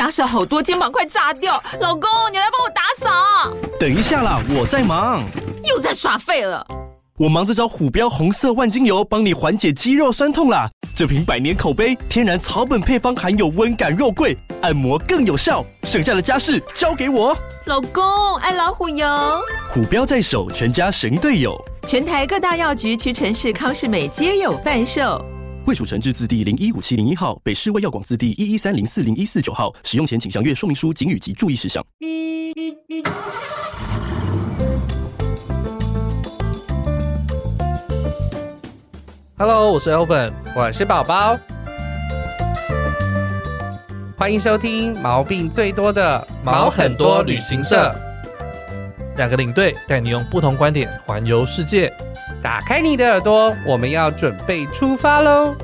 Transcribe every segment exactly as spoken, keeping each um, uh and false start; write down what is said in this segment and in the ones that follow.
家事好多，肩膀快炸掉。老公，你来帮我打扫。 等一下啦，我在忙。 又在耍废了。 我忙着找虎标红色万金油，帮你缓解肌肉酸痛啦。这瓶百年口碑，天然草本配方，含有温感肉桂，按摩更有效。剩下的家事交给我。 老公，爱老虎油。 虎标在手，全家神队友。 全台各大药局、屈臣氏、康是美皆有贩售。 卫署成字字第零一五七零一号，北市卫药广字第一一三零四零一四九号。使用前请详阅说明书、警语及注意事项。 Hello， 我是 Elvin， 我是宝宝，欢迎收听毛病最多的毛很多旅行社，两个领队带你用不同观点环游世界。 打开你的耳朵，我们要准备出发喽！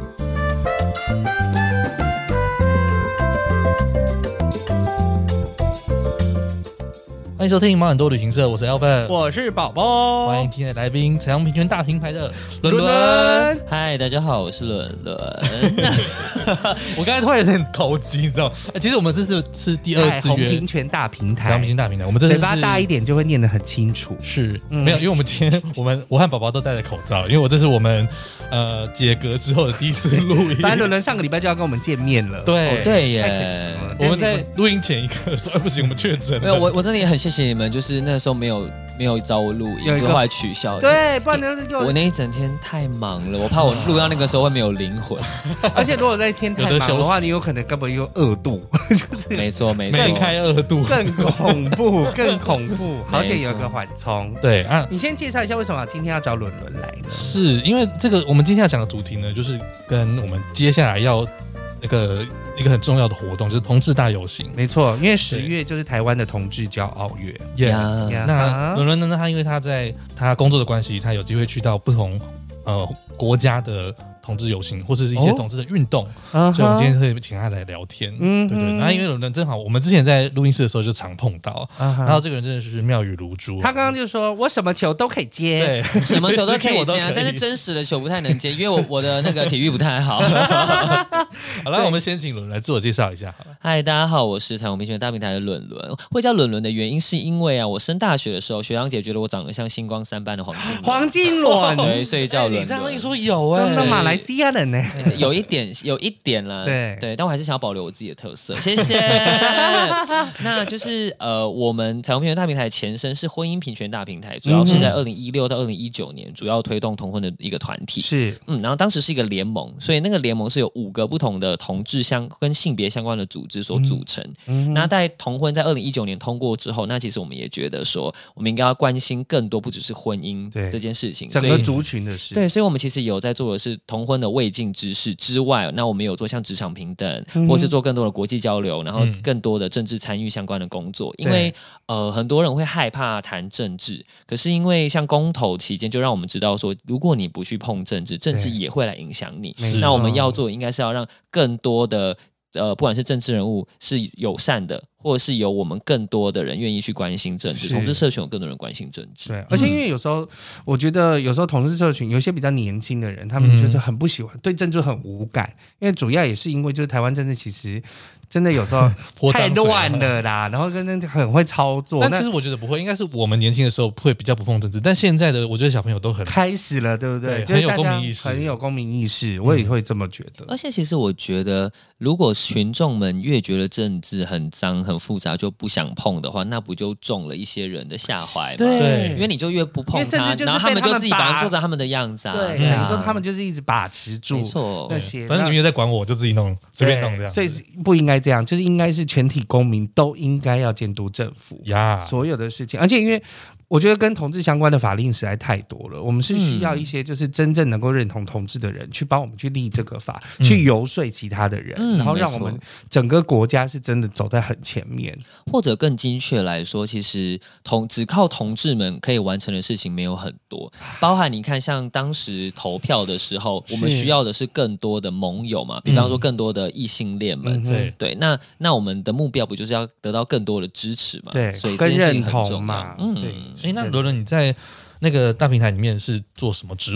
欢迎收听毛很多旅行社，我是 Elvin， 我是宝宝， 欢迎今天的来宾，彩虹平权大平台的伦伦。 嗨，大家好，我是伦伦。 我刚才突然有点投机，你知道吗？其实我们这是是第二次约彩虹平权大平台， 彩虹平权大平台，我们这是嘴巴大一点就会念得很清楚。 是、嗯、没有，因为我们今天我们我和宝宝都戴着口罩，因为我这是我们呃解隔之后的第一次录音。 反正伦伦上个礼拜就要跟我们见面了， 对、 哦、对耶。 我们在录音前一刻说，哎不行，我们确诊了。 没有，我我真的也很谢谢你们，就是那时候没有没有找我录音，就后来取消。 对，不然就我那一整天太忙了，我怕我录到那个时候会没有灵魂。 而且如果那一天太忙的话，你有可能根本又饿肚，就是没错没错， 梅开二度， 更恐怖，更恐怖。好险有一个缓冲。 对啊， 你先介绍一下为什么今天要找伦伦来呢？ 是因为这个，我们今天要讲的主题呢，就是跟我们接下来要那个一个很重要的活动，就是同志大游行。 没错，因为十月就是台湾的同志骄傲月。 Yeah, yeah. 那伦伦呢？他因为他在他工作的关系，他有机会去到不同呃国家的同志游行，或是一些同志的运动，哦、所以我们今天会请他来聊天。嗯，对对。然后因为伦伦正好，我们之前在录音室的时候就常碰到，啊、然后这个人真的是妙语如珠。 他刚刚就说我什么球都可以接， 对，什么球都可以接，但是真实的球不太能接，因为我我的那个体育不太好。 好了，我们先请伦伦来自我介绍一下好了。 嗨，大家好，我是彩虹平权大平台的伦伦。会叫伦伦的原因是因为啊，我升大学的时候，学长姐觉得我长得像星光三班的黄金伦。 黄金伦， 对，所以叫伦伦。 你这样一说有哎、 欸，马来西亚人呢、 欸，有一点，有一点啦。 对对，但我还是想要保留我自己的特色。谢谢。那就是呃，我们彩虹平权大平台前身是婚姻平权大平台，主要是在二零一六到二零一九年，主要推动同婚的一个团体。 是， 嗯，然后当时是一个联盟，所以那个联盟是有五个不同的同志相跟性别相关的组织所组成。嗯、那在同婚在二零一九年通过之后，那其实我们也觉得说，我们应该要关心更多，不只是婚姻这件事情， 整个族群的事。 对，所以我们其实有在做的是同婚的未尽之事之外，那我们有做像职场平等，嗯、或是做更多的国际交流，然后更多的政治参与相关的工作。嗯、因为呃，很多人会害怕谈政治，可是因为像公投期间，就让我们知道说，如果你不去碰政治，政治也会来影响你。那我们要做，应该是要让更多的呃，不管是政治人物是友善的，或者是有我们更多的人愿意去关心政治，同志社群有更多人关心政治。 对，而且因为有时候、嗯、我觉得有时候同志社群有一些比较年轻的人，他们就是很不喜欢、嗯、对政治很无感，因为主要也是因为就是台湾政治其实真的有时候太乱了啦，然后跟那很会操作。 但其实我觉得不会，应该是我们年轻的时候会比较不碰政治，但现在的我觉得小朋友都很开始了，对不对？ 对，很有公民意识， 很有公民意识，我也会这么觉得。 而且其实我觉得，如果群众们越觉得政治很脏、很复杂，就不想碰的话，那不就中了一些人的下怀吗？ 对， 因为你就越不碰它，然后他们就自己把它做成他们的样子啊。 对，等于说他们就是一直把持住， 没错。 那些反正你们在管我，我就自己弄，随便弄这样。 所以不应该这样，就是应该是全体公民都应该要监督政府呀， yeah. 所有的事情。而且因为我觉得跟同志相关的法令实在太多了，我们是需要一些就是真正能够认同同志的人去帮我们去立这个法，嗯、去游说其他的人，嗯、然后让我们整个国家是真的走在很前面。 或者更精确来说，其实同只靠同志们可以完成的事情没有很多，包含你看像当时投票的时候，我们需要的是更多的盟友嘛，比方说更多的异性恋们，嗯、对对，那那我们的目标不就是要得到更多的支持嘛？ 对， 所以跟认同嘛， 嗯， 对。 哎，那伦伦你在那个大平台里面是做什么职务呢？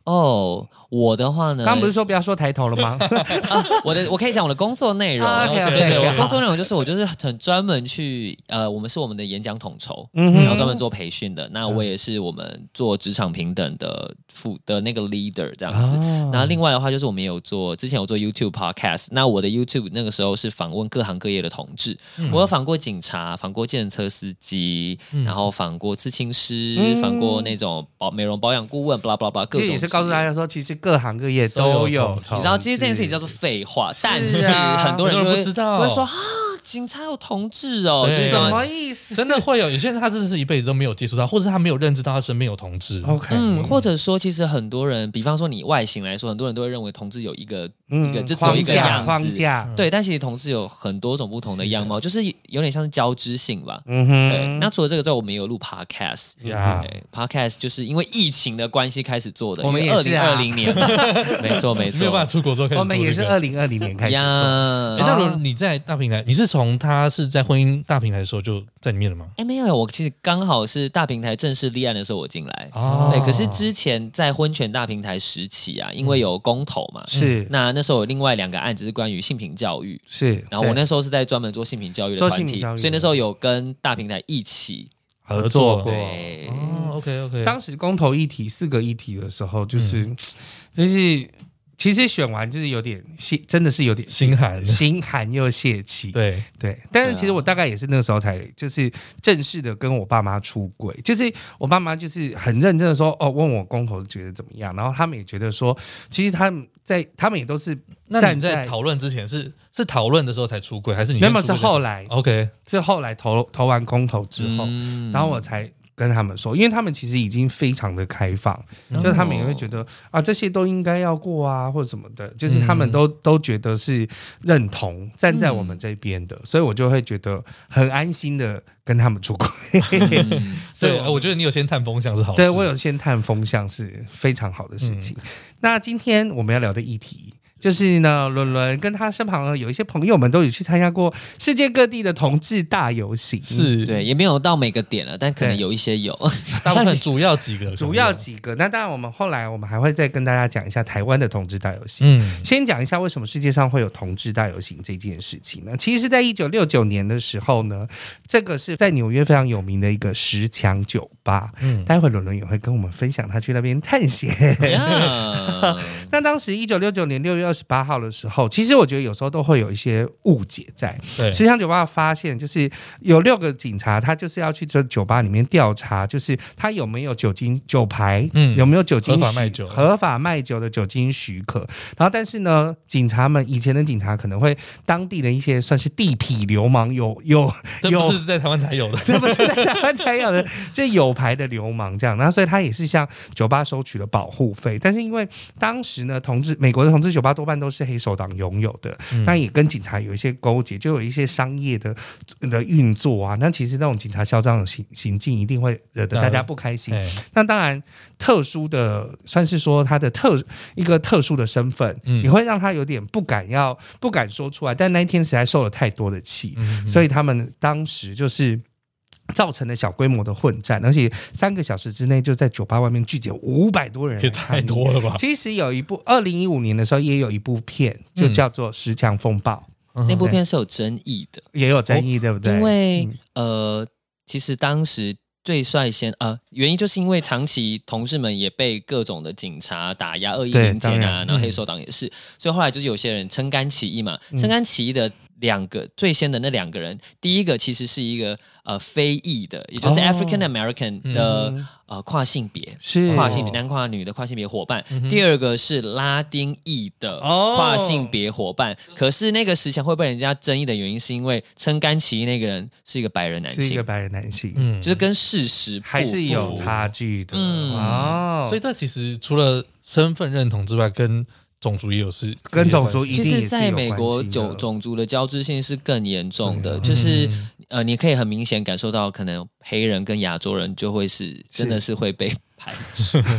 哦，我的话呢？ 刚刚不是说不要说抬头了吗？ 啊、我的我可以讲我的工作内容。 啊、 对 okay, 对 okay, 对，我工作内容就是我就是很专门去呃，我们是我们的演讲统筹， 嗯、 然后专门做培训的。那我也是我们做职场平等的副的那个 leader 这样子。然后另外的话就是我们有做之前有做 YouTube podcast， 那我的 YouTube 那个时候是访问各行各业的同志，嗯、我有访过警察，访过计程车司机，嗯、然后访过刺青师，嗯、访过那种保美容保养顾问，巴拉巴拉巴拉各种。 也是告诉大家说，其实各行各业都有。 你知道，其实这件事情叫做废话，但是很多人就会不知道， 会说啊，警察有同志哦， 是什么意思？ 真的会有有些人他真的是一辈子都没有接触到，或者他没有认知到他身边有同志。 OK， 嗯，或者说其实很多人，比方说你外形来说，很多人都会认为同志有一个、嗯、一个就只有一个样子， 框架。 对，但其实同志有很多种不同的样貌，是就是有点像是交织性吧。 嗯哼， 对。那除了这个之外，我们也有录 podcast， yeah. 对 podcast 就是因为疫情的关系开始做的， 我们也是二零二零年嘛，没错没错， 没有办法出国之后开始做、这个。 我们也是二零二零年开始做。 欸、 那如果你在大平台，你是从他是在婚姻大平台的时候就在里面了吗？ 哎，没有，我其实刚好是大平台正式立案的时候我进来。哦，对，可是之前在婚权大平台时期啊，因为有公投嘛， 是、嗯、 那那时候有另外两个案子是关于性平教育， 是， 然后我那时候是在专门做性平教育的团体，所以那时候有跟大平台一起合作过。 对， 哦 ，OK OK。 当时公投议题四个议题的时候，就是、嗯、就是。其实选完就是有点泄，真的是有点心寒， 心寒又泄气。 对对，但是其实我大概也是那个时候才就是正式的跟我爸妈出柜，就是我爸妈就是很认真的说，哦，问我公投觉得怎么样，然后他们也觉得说，其实他们在他们也都是站在。那你在讨论之前是是讨论的时候才出柜，还是你原本是后来 ？OK， 是后来投投完公投之后，嗯、然后我才。跟他们说，因为他们其实已经非常的开放，嗯、就是他们也会觉得啊，这些都应该要过啊，或者什么的，就是他们都、嗯、都觉得是认同站在我们这边的，嗯、所以我就会觉得很安心的跟他们出轨。 嗯、所以我觉得你有先探风向是好事， 对我有先探风向是非常好的事情。嗯、那今天我们要聊的议题。就是呢，伦伦跟他身旁有一些朋友们都有去参加过世界各地的同志大游行， 是对，也没有到每个点了，但可能有一些有， 大部分主要几个， 主要几个。那当然，我们后来我们还会再跟大家讲一下台湾的同志大游行。嗯，先讲一下为什么世界上会有同志大游行这件事情呢？其实是在一九六九年的时候呢，这个是在纽约非常有名的一个十强酒吧。嗯，待会伦伦也会跟我们分享他去那边探险。Yeah. 那当时一九六九年六月二十八号的时候，其实我觉得有时候都会有一些误解在。对，十强酒吧发现就是有六个警察，他就是要去这酒吧里面调查，就是他有没有酒精酒牌，嗯，有没有酒精合法卖酒、 合法卖酒的酒精许可。然后，但是呢，警察们以前的警察可能会当地的一些算是地痞流氓，有有有，这不是在台湾才有的， 这不是在台湾才有的，这有牌的流氓这样。然后，所以他也是向酒吧收取了保护费，但是因为当时呢，同志美国的同志酒吧多半都是黑手党拥有的，嗯、那也跟警察有一些勾结，就有一些商业的的运作啊。那其实那种警察嚣张的行行径一定会惹得大家不开心。那当然，特殊的算是说他的特一个特殊的身份，嗯、也会让他有点不敢要不敢说出来。但那一天实在受了太多的气，嗯、所以他们当时就是造成了小规模的混战，而且三个小时之内就在酒吧外面聚集五百多人， 也太多了吧？ 其实有一部二零一五年的时候也有一部片，就叫做《十强风暴》， 嗯、那部片是有争议的， 也有争议，对不对？ 因为、嗯、呃，其实当时最率先呃，原因就是因为长期同志们也被各种的警察打压、恶意临检啊，然后黑手党也是，嗯、所以后来就是有些人撑杆起义嘛，撑杆起义的两个最先的那两个人，第一个其实是一个呃非裔的，也就是 African American 的、哦、呃跨性别， 是跨性别男跨女的跨性别伙伴。嗯、第二个是拉丁裔的跨性别伙伴。哦、可是那个十强会被人家争议的原因，是因为撑杆起义那个人是一个白人男性， 是一个白人男性， 嗯，就是跟事实不符还是有差距的。嗯， 哦，所以这其实除了身份认同之外，跟种族也有是跟种族一定也是有关系的。 其实在美国种种族的交织性是更严重的，嗯、就是呃，你可以很明显感受到，可能黑人跟亚洲人就会是真的是会被排除。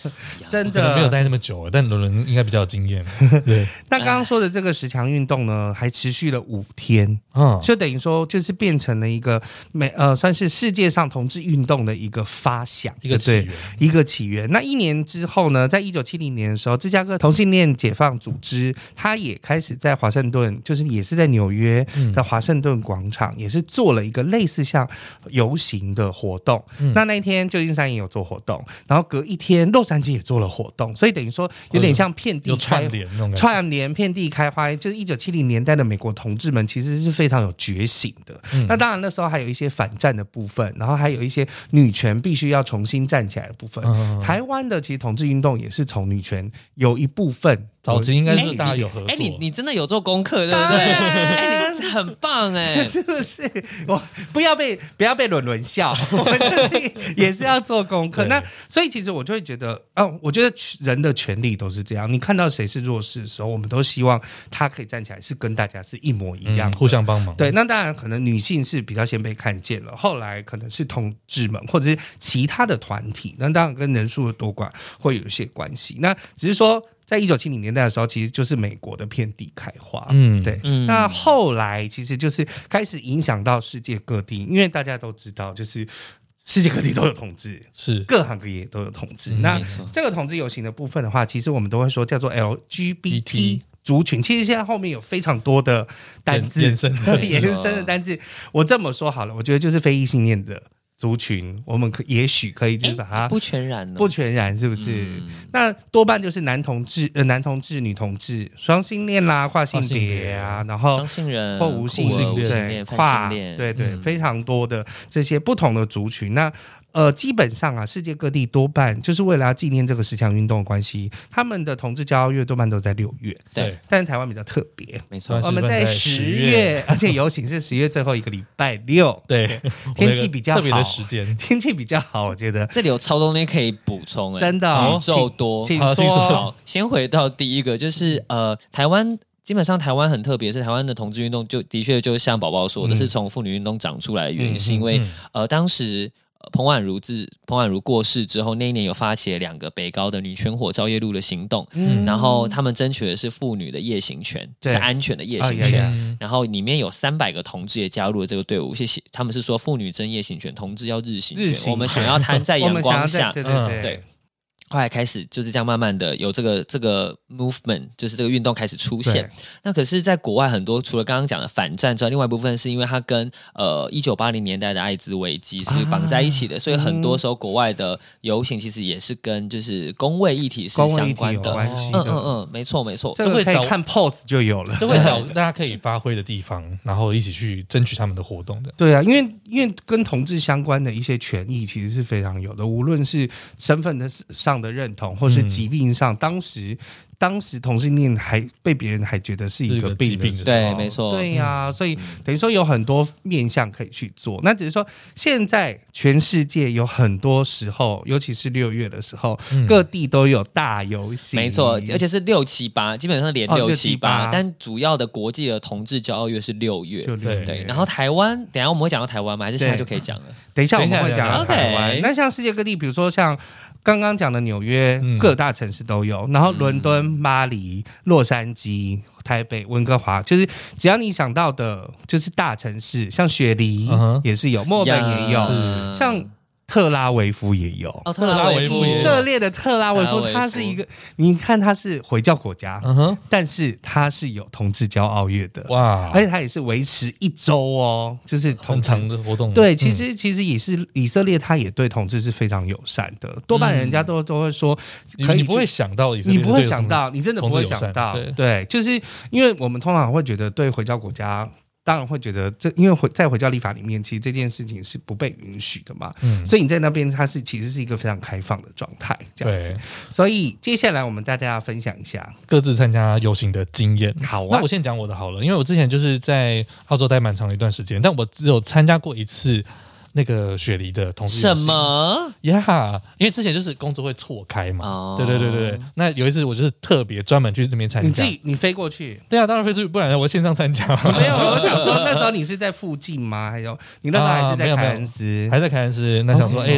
真的没有待那么久，但伦伦应该比较有经验。对， 那刚刚说的这个十强运动呢，还持续了五天，嗯，就等于说就是变成了一个美呃，算是世界上同志运动的一个发想， 一个起源， 一个起源。那一年之后呢，在一九七零年的时候，芝加哥同性恋解放组织，它也开始在华盛顿，就是也是在纽约的华盛顿广场，嗯、也是做了一个类似像游行的活动。嗯、那那一天旧金山也有做活动，然后隔一天洛杉矶也做了活动，所以等于说有点像遍地开、 哦、串联那种串联遍地开花。就是一九七零年代的美国同志们其实是非常有觉醒的。嗯、那当然那时候还有一些反战的部分，然后还有一些女权必须要重新站起来的部分。嗯、台湾的其实同志运动也是从女权有一部分。 早期应该是大家有合作。 哎、欸，你你真的有做功课，对不对？哎、欸，你很棒哎、欸， 是不是？我不要被不要被伦伦笑，我们就是也是要做功课。那所以其实我就会觉得，哦，我觉得人的权利都是这样。你看到谁是弱势的时候，我们都希望他可以站起来，是跟大家是一模一样的、 嗯，互相帮忙。 对，那当然可能女性是比较先被看见了，后来可能是同志们或者是其他的团体，那当然跟人数的多寡会有一些关系。那只是说。在一九七零年代的时候，其实就是美国的遍地开花，嗯，对，嗯、那后来其实就是开始影响到世界各地，因为大家都知道，就是世界各地都有同志， 是各行各业都有同志。嗯、那这个同志游行的部分的话，其实我们都会说叫做 L G B T 族群。其实现在后面有非常多的单字延伸延伸的单字，我这么说好了，我觉得就是非异性恋的。族群，我们可也许可以就是把它不全然、哦， 不全然是不是？嗯、那多半就是男同志、呃男同志、女同志、双性恋啦、跨性别啊，然后双性人或无性恋、 跨性恋， 对对，嗯、非常多的这些不同的族群。那呃，基本上啊，世界各地多半就是为了要纪念这个十强运动的关系，他们的同志骄傲月多半都在六月。 对， 但是台湾比较特别， 没错， 我们在十月，而且游行是十月最后一个礼拜六。 对， 天气比较好， 特别的时间， 天气比较好，我觉得这里有超多东西可以补充、欸， 真的、哦、 宇宙多。 请请说。 好，先回到第一个，就是呃，台湾。基本上台湾很特别，是台湾的同志运动就的确就像宝宝说的，嗯、是从妇女运动长出来的原因，嗯、是因为、嗯、呃当时。彭婉如自彭婉如过世之后，那一年有发起了两个北高的女权火朝夜路的行动，嗯、然后他们争取的是妇女的夜行权，就是安全的夜行权。哦、然后里面有三百个同志也加入了这个队伍，谢谢。他们是说妇女争夜行权，同志要日行权，行我们想要摊在阳光下， 对对对。 嗯对后来开始就是这样慢慢的有这个这个 movement， 就是这个运动开始出现。那可是在国外很多除了刚刚讲的反战之外，另外一部分是因为它跟呃一九八零年代的艾滋危机是绑在一起的，啊、所以很多时候国外的游行其实也是跟就是公卫议题是相关的。 关系的嗯嗯嗯，没错没错。 这个可以看 pose 就有了， 就会找大家可以发挥的地方，然后一起去争取他们的活动的。 对啊，因为因为跟同志相关的一些权益其实是非常有的，无论是身份的上的认同，或是疾病上，嗯、当时当时同性恋还被别人还觉得是一个病的时候， 对，没错， 对呀、啊，嗯、所以等于说有很多面向可以去做。那只是说现在全世界有很多时候，尤其是六月的时候，嗯、各地都有大游行， 没错，而且是六七八，基本上连六七八。但主要的国际的同志骄傲月是六月， 对对。然后台湾，等一下我们会讲到台湾吗？还是现在就可以讲了？ 等一下我们会讲到台湾。那像世界各地，比如说像。刚刚讲的纽约、嗯、各大城市都有，然后伦敦、巴黎、洛杉矶、台北、温哥华，就是只要你想到的，就是大城市，像雪梨也是有，墨尔本也有，像。特拉维夫也有， 哦、特拉维夫以色列的特拉维夫，它是一个，你看它是回教国家，嗯、但是它是有同志骄傲月的，哇！而且它也是维持一周哦，就是很长的活动。 对，其实、嗯、其实也是以色列，它也对同志是非常友善的，多半人家都、嗯、都会说，可以你不会想到以色列，你不会想到，你真的不会想到，对, 对，就是因为我们通常会觉得对回教国家。当然会觉得这，因为在回教立法里面，其实这件事情是不被允许的嘛，嗯、所以你在那边它是其实是一个非常开放的状态，这样子。所以接下来我们大家分享一下各自参加游行的经验。 好啊， 那我先讲我的好了，因为我之前就是在澳洲待蛮长的一段时间，但我只有参加过一次。那个雪梨的同志游行什么呀？ Yeah, 因为之前就是工作会错开嘛，哦、对对对对。那有一次我就是特别专门去那边参加。 你自己你飞过去？ 对啊，当然飞出去，不然我线上参加。 没有，我想说那时候你是在附近吗？还有你那时候还是在凯恩斯？ 啊、还在凯恩斯？那想说，哎、okay 欸，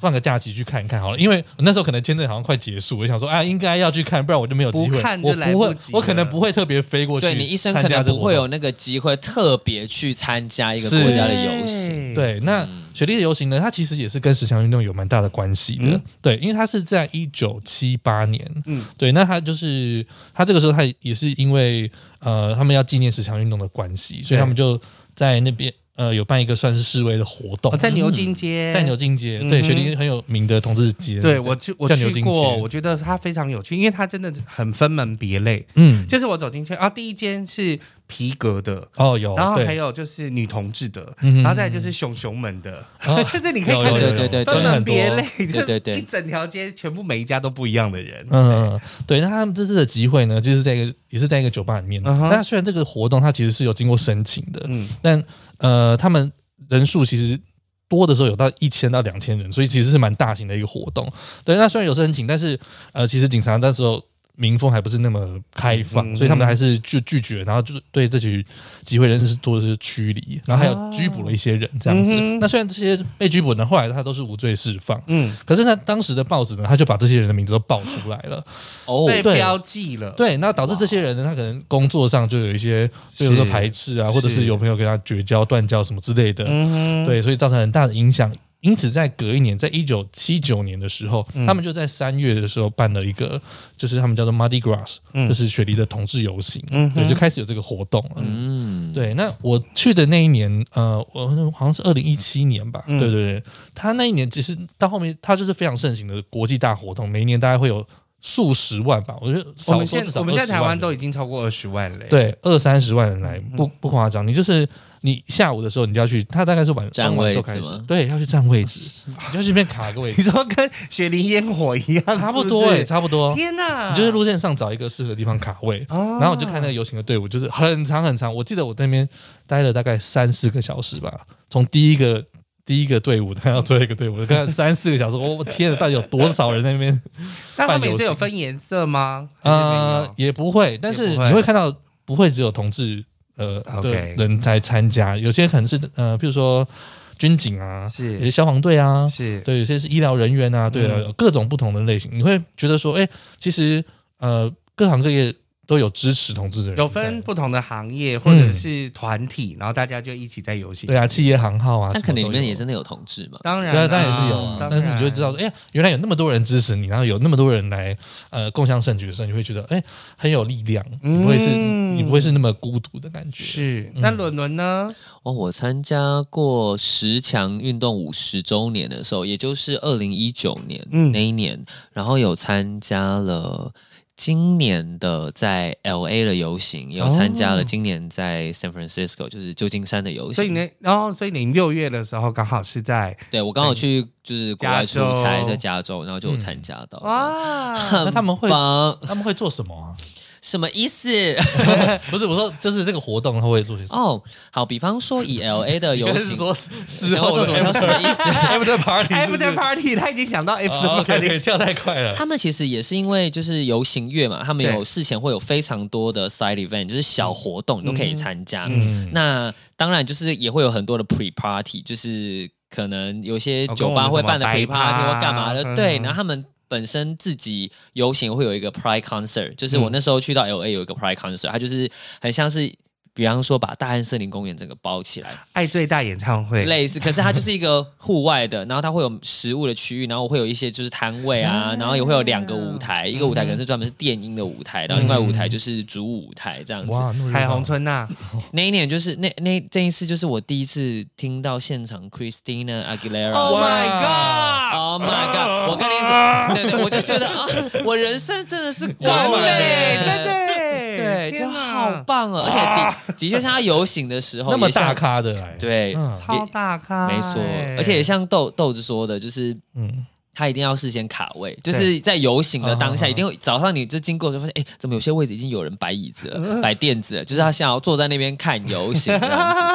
放个假期去看一看好了，因为那时候可能签证好像快结束，我想说啊，应该要去看，不然我就没有机会。 不看就来不及了， 我不会，我可能不会特别飞过去。 对，你一生可能不会有那个机会特别去参加一个国家的游行。 对，那雪莉的游行呢，它其实也是跟十强运动有蛮大的关系的。嗯、对，因为它是在一九七八年，嗯，对，那它就是它这个时候它也是因为呃他们要纪念十强运动的关系，所以他们就在那边。呃，有办一个算是示威的活动， 哦、在牛津街， 嗯、在牛津街，嗯、对，雪梨很有名的同志街， 对我去，我去过，我觉得它非常有趣，因为它真的很分门别类， 嗯， 就是我走进去啊，第一间是皮革的， 哦有， 然后还有就是女同志的，然后再来就是熊熊们的，哦、就是你可以看到分门别类， 对对对， 一整条街全部每一家都不一样的人， 嗯，对，那他们这次的集会呢，就是在一个也是在一个酒吧里面，嗯、那虽然这个活动它其实是有经过申请的，嗯，但呃，他们人数其实多的时候有到一千到两千人，所以其实是蛮大型的一个活动。对，那虽然有申请，但是呃，其实警察那时候民风还不是那么开放，嗯、所以他们还是拒拒绝，然后就对这群集会人士做的是驱离，然后还有拘捕了一些人这样子。嗯、那虽然这些被拘捕的人后来他都是无罪释放，嗯，可是呢，当时的报纸呢，他就把这些人的名字都爆出来了， 哦，被标记了， 对，那导致这些人呢，他可能工作上就有一些，比如说排斥啊，或者是有朋友跟他绝交、断交什么之类的，嗯、对，所以造成很大的影响。因此，在隔一年，在一九七九年的时候，嗯、他们就在三月的时候办了一个，就是他们叫做 Mardi Gras，嗯、就是雪梨的同志游行，嗯、对，就开始有这个活动了。嗯，对。那我去的那一年，呃，我好像是二零一七年吧，嗯、对对对。他那一年其实到后面，他就是非常盛行的国际大活动，每一年大概会有数十万吧，我觉得少说至少我们现在台湾都已经超过二十万了， 对，二三十万人来，不不夸张。你就是你下午的时候，你就要去，他大概是晚占位置开始，对，要去占位置，你就要去那边卡个位置。 你说跟雪梨烟火一样， 差不多哎、欸，差不多。 天哪！ 你就是路线上找一个适合的地方卡位，啊、然后我就看那个游行的队伍，就是很长很长。我记得我在那边待了大概三四个小时吧，从第一个。第一个队伍看到最后一个队伍，看三四个小时，我天哪，到底有多少人在那边？ 但他们也是有分颜色吗？ 呃，也不会，但是你会看到不会只有同志呃的人在参加，有些可能是呃，比如说军警啊， 是有些消防队啊， 是对， 有些是医疗人员啊，对啊，有各种不同的类型，你会觉得说，哎、欸，其实呃各行各业。都有支持同志的人， 有分不同的行业或者是团体，嗯、然后大家就一起在游行。 对啊，企业行号啊， 但可能里面也真的有同志嘛？ 当然， 对啊，当然也是有啊。但是你就会知道说，哎、欸，原来有那么多人支持你，然后有那么多人来呃共襄盛举的时候，你会觉得哎、欸、很有力量，嗯、你不会是你不会是那么孤独的感觉。 是，那伦伦呢？ 哦，我参加过十强运动五十周年的时候，也就是二零一九年、嗯、那一年，然后有参加了。今年的在 L A 的游行，也有参加了今年在 San Francisco， 就是旧金山的游行。 所以呢，然后、哦、所以你六月的时候刚好是在， 对我刚好去就是国外出差，在加州，然后就有参加到。 嗯、哇，那他们会他们会做什么啊？ 什么意思？ 不是我说，就是这个活动他会做些什么？ 哦，好，比方说以 L A 的游行， 说事后做什么？什么意思 ？After party，After party， 他已经想到 After party， 跳太快了。 他们其实也是因为就是游行月嘛，他们有事前会有非常多的 side event， 就是小活动你都可以参加。嗯、那当然就是也会有很多的 pre party， 就是可能有些酒吧会办的 pre party 或干嘛的，嗯、对，然后他们。本身自己游行会有一个 Pride Concert， 就是我那时候去到 L A 有一个 Pride Concert， 它就是很像是，比方说把大安森林公园整个包起来， 爱最大演唱会类似，可是它就是一个户外的，然后它会有食物的区域，然后会有一些就是摊位啊，然后也会有两个舞台，一个舞台可能是专门是电音的舞台，然后另外舞台就是主舞台这样子。 哇，彩虹村呐、啊！ 那一年就是那那这一次就是我第一次听到现场 Christina Aguilera。Oh my god！Oh my god！ 我跟你说，对对，我就觉得啊，我人生真的是够了， 真的。 对，就好棒哦！而且的的确像他游行的时候， 那么大咖的来， 对， 嗯、超大咖， 没错。而且也像豆豆子说的，就是嗯。他一定要事先卡位，就是在游行的当下，一定会早上你就经过的时候发现，哎，怎么有些位置已经有人摆椅子了、摆垫子了，就是他想要坐在那边看游行这样子。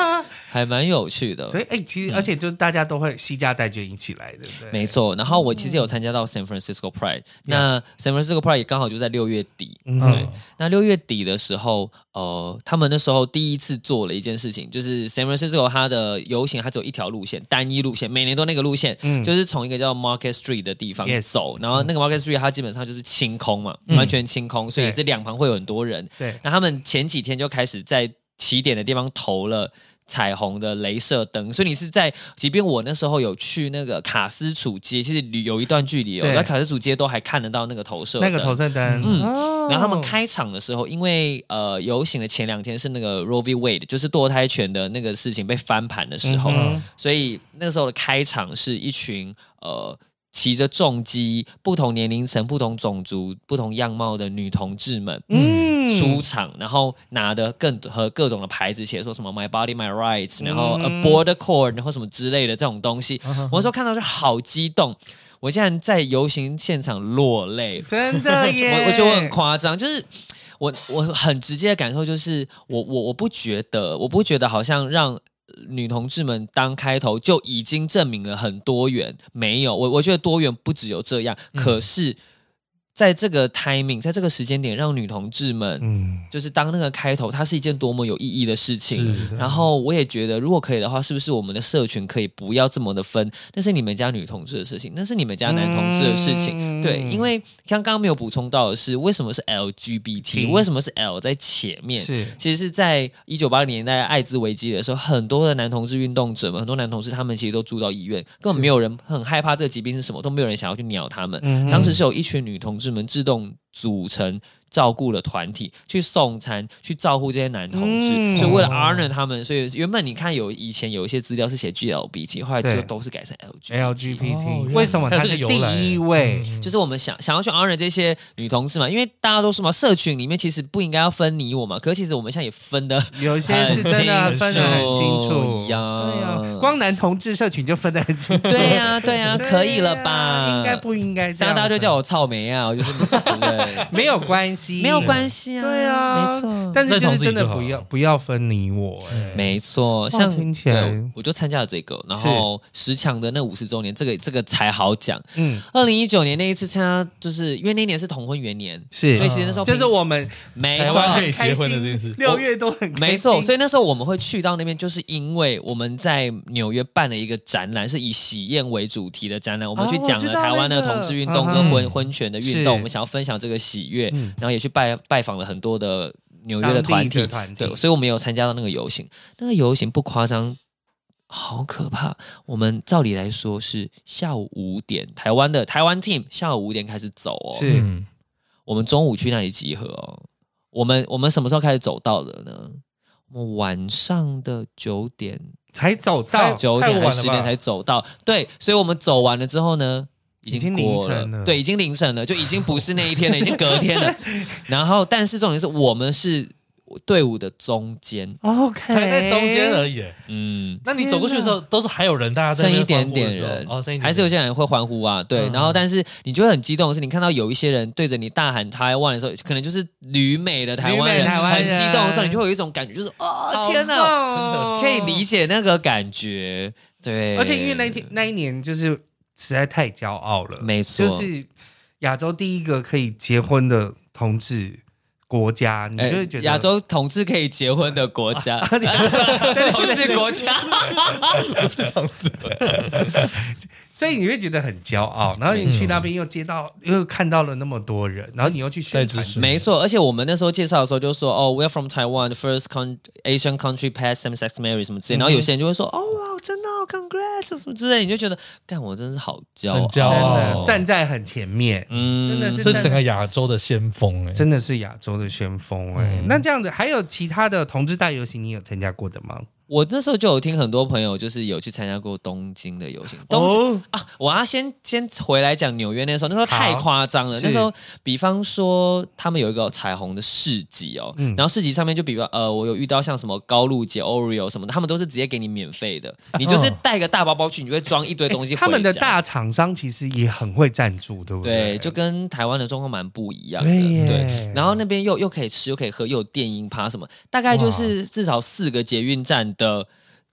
还蛮有趣的。 所以哎、欸，其实、嗯、而且就大家都会惜家带眷一起来，对不对？ 没错。然后我其实有参加到 San Francisco Pride，、嗯、那 San Francisco Pride 也刚好就在六月底。嗯，对。那六月底的时候，呃，他们那时候第一次做了一件事情，就是 San Francisco 它的游行它只有一条路线，单一路线，每年都那个路线，嗯、就是从一个叫 Market Street 的地方走， yes, 然后那个 Market Street 它基本上就是清空嘛，嗯、完全清空，所以也是两旁会有很多人。对，那他们前几天就开始在起点的地方投了彩虹的雷射灯，所以你是在，即便我那时候有去那个卡斯楚街，其实有一段距离，我在卡斯楚街都还看得到那个投射灯， 那个投射灯。 嗯，哦、然后他们开场的时候，因为呃游行的前两天是那个 Roe v. Wade， 就是堕胎权的那个事情被翻盘的时候，嗯、所以那个时候的开场是一群呃。骑着重机、不同年龄层、不同种族、不同样貌的女同志们，嗯，出场，然后拿的更和各种的牌子，写说什么 "My Body, My Rights"，、嗯、然后 "Abort the Court"， 然后什么之类的这种东西。嗯、我那时候看到就好激动，我竟然在游行现场落泪， 真的耶！ 我我觉得我很夸张，就是我我很直接的感受就是，我我我不觉得，我不觉得好像让。女同志们当开头就已经证明了很多元，没有我我觉得多元不只有这样，嗯、可是在这个 timing， 在这个时间点，让女同志们，嗯，就是当那个开头，它是一件多么有意义的事情。然后我也觉得，如果可以的话，是不是我们的社群可以不要这么的分？那是你们家女同志的事情，那是你们家男同志的事情。嗯、对，因为刚刚没有补充到的是，为什么是 L G B T？、嗯、为什么是 L 在前面？是，其实是在一九八零年代艾滋危机的时候，很多的男同志运动者们，很多男同志他们其实都住到医院，根本没有人很害怕这个疾病是什么，都没有人想要去鸟他们。嗯、当时是有一群女同志们自动组成照顾了团体，去送餐，去照顾这些男同志，嗯、所以为了 honor 他们，所以原本你看有以前有一些资料是写 G L B T， 后来就都是改成 L G B T。哦、为什么它是第一位？ 嗯、就是我们想想要去 honor 这些女同志嘛，因为大家都说嘛，社群里面其实不应该要分你我嘛，可是其实我们现在也分的有些是真的分得很清楚呀。 对呀，光男同志社群就分得很清楚。 对呀，对呀，可以了吧？ 应该不应该这样？ 大家就叫我草莓啊，我就是对， 没有关系， 没有关系啊， 对啊， 没错。 但是就是真的不要不要分你我，欸， 没错。像听起来， 我就参加了这个，然后十强的那五十周年，这个这个才好讲。嗯，二零一九年那一次参加，就是因为那一年是同婚元年， 是， 所以其实那时候就是我们没错可以结婚的这件事， 六月都很开心， 没错。所以那时候我们会去到那边，就是因为我们在纽约办了一个展览，是以喜宴为主题的展览，我们去讲了台湾的同志运动跟婚、嗯、婚权的运动，我们想要分享这个喜悦，嗯、然后也去拜拜访了很多的纽约的团体， 团体对，所以我们有参加到那个游行。那个游行不夸张，好可怕。我们照理来说是下午五点，台湾的台湾 team 下午五点开始走哦， 是， 我们中午去那里集合哦。我们我们什么时候开始走到的呢？我们晚上的九点才走到， 九点还是十点才走到。对，所以我们走完了之后呢，已经过了， 已经凌晨了， 对，已经凌晨了，就已经不是那一天了，已经隔天了。然后，但是重点是我们是队伍的中间 ，OK， 才在中间而已。 嗯， 那你走过去的时候，都是还有人，大家在剩一点点人， 哦，剩一点点还是有些人会欢呼啊，对。嗯、然后，但是你就会很激动的是，你看到有一些人对着你大喊台湾的时候，可能就是旅美的台湾人， 台湾人很激动的时候，你就会有一种感觉，就是哦，天哪， 哦、 可以理解那个感觉，对。 而且因为那一天那一年就是实在太骄傲了， 没错， 就是亚洲第一个可以结婚的同志国家，你就会觉得亚洲同志可以结婚的国家，同志国家不是同志， 所以你会觉得很骄傲。然后你去那边又接到，又看到了那么多人，然后你又去宣传， 没错。而且我们那时候介绍的时候就说，哦 ，We're from Taiwan, the first Asian country past same-sex marriage 什么之类。然后有些人就会说，哦哇，真的 ，Congrats 什么之类，你就觉得，干我真是好骄傲， 很骄傲， 站在很前面，嗯，真的是是整个亚洲的先锋，哎， 真的是亚洲的先锋哎、欸嗯。那这样子还有其他的同志大游行，你有参加过的吗？ 我那时候就有听很多朋友就是有去参加过东京的游行。东京、哦、啊，我要先先回来讲纽约那时候，那时候太夸张了。那时候，比方说他们有一个彩虹的市集哦，嗯、然后市集上面就比方呃，我有遇到像什么高露洁、Oreo 什么的，他们都是直接给你免费的，你就是带个大包包去，你就会装一堆东西回家。欸、他们的大厂商其实也很会赞助，对不对？ 对，就跟台湾的状况蛮不一样的。对, 对，然后那边又又可以吃，又可以喝，又有电音趴什么，大概就是至少四个捷运站的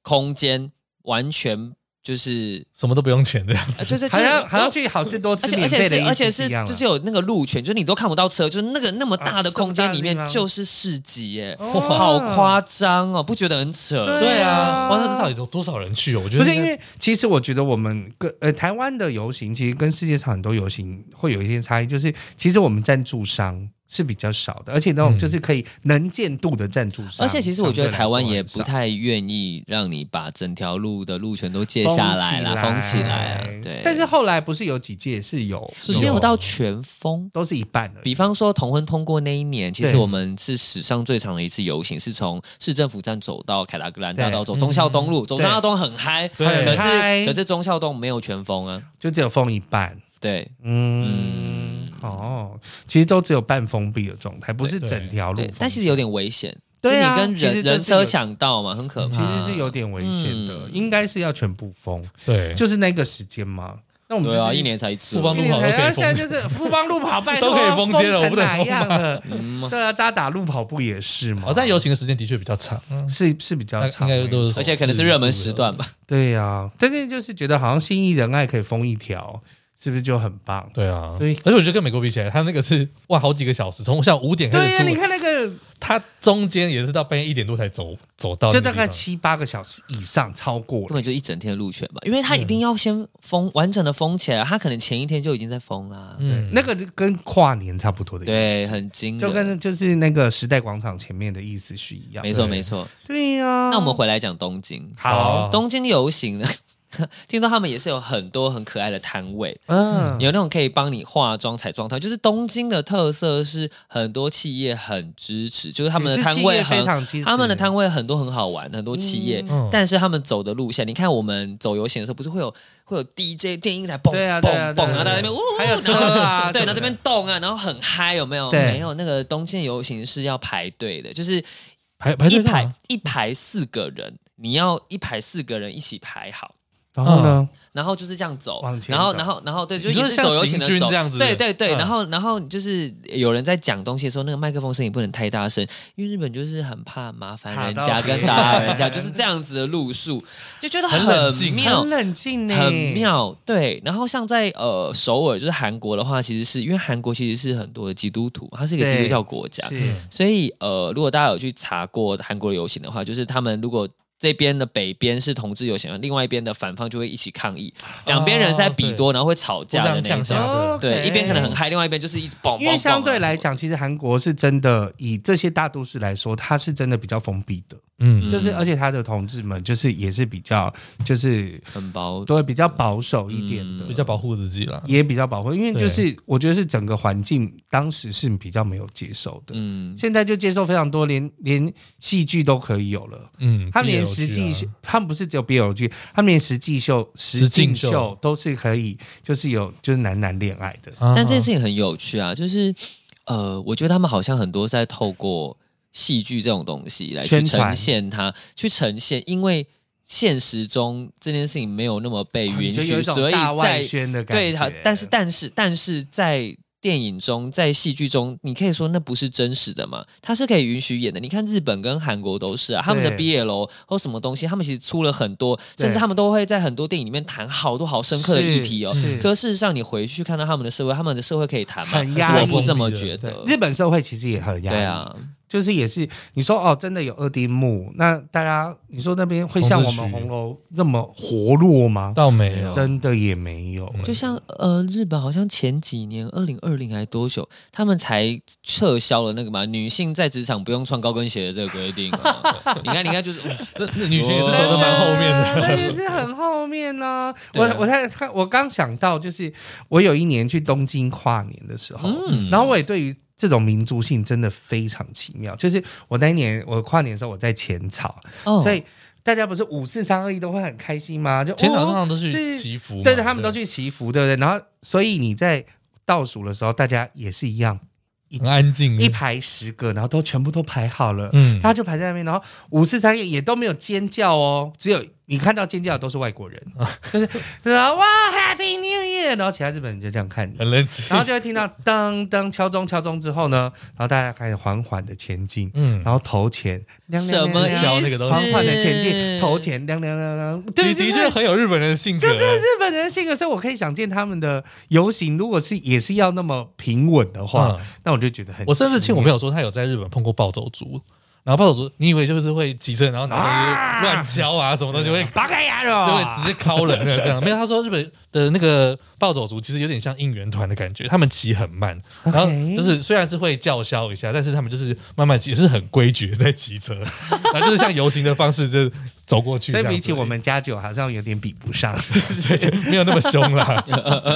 空间完全。就是什么都不用钱的样子， 就是好像好像去好事多吃免费的意思一样， 而且是就是有那个路权，就是你都看不到车，就是那个那么大的空间里面就是市集耶，哇，好夸张哦，不觉得很扯？ 对啊，哇，那这到底有多少人去哦？我觉得不是因为其实我觉得我们跟呃台湾的游行其实跟世界上很多游行会有一些差异，就是其实我们赞助商。是比较少的，而且那种就是可以能见度的赞助商、嗯。 而且其实我觉得台湾也不太愿意让你把整条路的路权都借下来啦，封起来啊。对。 但是后来不是有几届是有， 是没有到全封， 都是一半的。 比方说同婚通过那一年，其实我们是史上最长的一次游行，是从市政府站走到凯达格兰大道，走忠孝东路，走忠孝东很嗨，可是可是忠孝东没有全封啊， 就只有封一半。 对， 嗯，哦，其实都只有半封闭的状态，不是整条路， 但其实有点危险。 对啊，就你跟人人车抢道嘛，很可怕。 其实是有点危险的，嗯、应该是要全部封。 对， 就是那个时间嘛。那我们对啊，一年才一次。 富邦路跑都可以封， 现在就是富邦路跑，拜托都可以封街了，我不能哪样了？嗯、对啊，渣打路跑不也是吗？ 哦，但游行的时间的确比较长， 嗯、是是比较长， 应该都是， 而且可能是热门时段吧。 对呀、啊，但是就是觉得好像信义仁爱可以封一条。是不是就很棒？ 对啊，对，而且我觉得跟美国比起来，它那个是哇好几个小时，从下午五点开始出。 对呀、啊，你看那个， 它中间也是到半夜一点多才走走到， 就大概七八个小时以上，超过根本就一整天的路权嘛，因为它一定要先封、嗯、完整的封起来，它可能前一天就已经在封啦。 嗯，那个跟跨年差不多的意思， 对，很惊人， 就跟就是那个时代广场前面的意思是一样。 没错，没错。 对呀、啊， 那我们回来讲东京。 好， 东京游行呢？听说他们也是有很多很可爱的摊位，嗯，有那种可以帮你化妆、彩妆摊，就是东京的特色是很多企业很支持，就是他们的摊位很，他们的摊位很多很好玩，很多企业，嗯、但是他们走的路线，你看我们走游行的时候，不是会有会有 D J 电音台蹦蹦蹦，然后在那边呜， 还有车啊， 对，然后这边动啊，然后很嗨，有没有？没有，那个东京游行是要排队的，就是排排队一排一排四个人，你要一排四个人一起排好。 然后呢？ 然后就是这样走， 往前然后然后然后对，就也是走游行的走， 这样子对对对。嗯、然后然后就是有人在讲东西的时候，那个麦克风声音不能太大声，因为日本就是很怕麻烦人家跟打扰人家，就是这样子的路数，就觉得很妙， 很冷静， 很妙。对，然后像在呃首尔，就是韩国的话，其实是因为韩国其实是很多的基督徒，它是一个基督教国家，所以呃，如果大家有去查过韩国的游行的话，就是他们如果这边的北边是同志游行，另外一边的反方就会一起抗议，两边人是在比多，然后会吵架的那种。对，一边可能很嗨，另外一边就是一直蹦蹦蹦。 因为相对来讲，其实韩国是真的以这些大都市来说，它是真的比较封闭的。嗯，就是而且他的同志们就是也是比较就是很保， 对，比较保守一点的， 嗯、比较保护自己啦， 也比较保护，因为就是我觉得是整个环境当时是比较没有接受的。嗯，现在就接受非常多，连连戏剧都可以有了。嗯，他们连实际、啊、他们不是只有 B L 剧，他们连实际秀、实境秀都是可以，就是有就是男男恋爱的。 但这件事情很有趣啊，就是呃，我觉得他们好像很多是在透过戏剧这种东西来去呈现它，去呈现，因为现实中这件事情没有那么被允许，所以在对它，但是但是但是在电影中，在戏剧中，你可以说那不是真实的嘛？它是可以允许演的。你看日本跟韩国都是啊，他们的 B L 或什么东西，他们其实出了很多，甚至他们都会在很多电影里面谈好多好深刻的议题哦。可事实上，你回去看到他们的社会，他们的社会可以谈吗？ 很压抑， 我不这么觉得。 日本社会其实也很压抑。 对啊。 就是也是你说哦，真的有二丁目，那大家你说那边会像我们红楼那么活络吗？ 倒没有， 真的也没有。 就像呃，日本好像前几年二零二零还多久，他们才撤销了那个嘛，女性在职场不用穿高跟鞋的这个规定、啊。你看，你看，就是、哦、 那女性也是走得蛮后面的， 那也是很后面呢、啊。我我才看，我刚想到，就是我有一年去东京跨年的时候，嗯、然后我也对于。这种民族性真的非常奇妙，就是我那一年我跨年的时候我在浅草，哦、所以大家不是五四三二一都会很开心吗？就浅草通常都去祈福， 对对，他们都去祈福，对不对？然后所以你在倒数的时候，大家也是一样， 很安静， 一排十个，然后都全部都排好了，嗯，大家就排在那边，然后五四三一也都没有尖叫哦，只有你看到尖叫的都是外国人，就是就是哇 Happy New Year， 然后其他日本人就这样看你， 很冷静， 然后就会听到噔噔敲钟敲钟之后呢，然后大家开始缓缓的前进，嗯，然后头前亮亮亮亮， 什么那个东西， 缓缓的前进，头前亮亮亮亮，对， 的确很有日本人的性格， 就是日本人的性格，所以我可以想见他们的游行，如果是也是要那么平稳的话，嗯、那我就觉得很。 我甚至听我朋友说，他有在日本碰过暴走族。然后暴走族，你以为就是会急车，然后拿东西乱敲啊，什么东西会拔开牙了， 就会直接敲人的这样。没有，他说日本的那个暴走族其实有点像应援团的感觉，他们骑很慢，然后就是虽然是会叫嚣一下，但是他们就是慢慢骑，也是很规矩的在骑车，然后就是像游行的方式就走过去。 所以比起我们家酒好像有点比不上， 没有那么凶啦。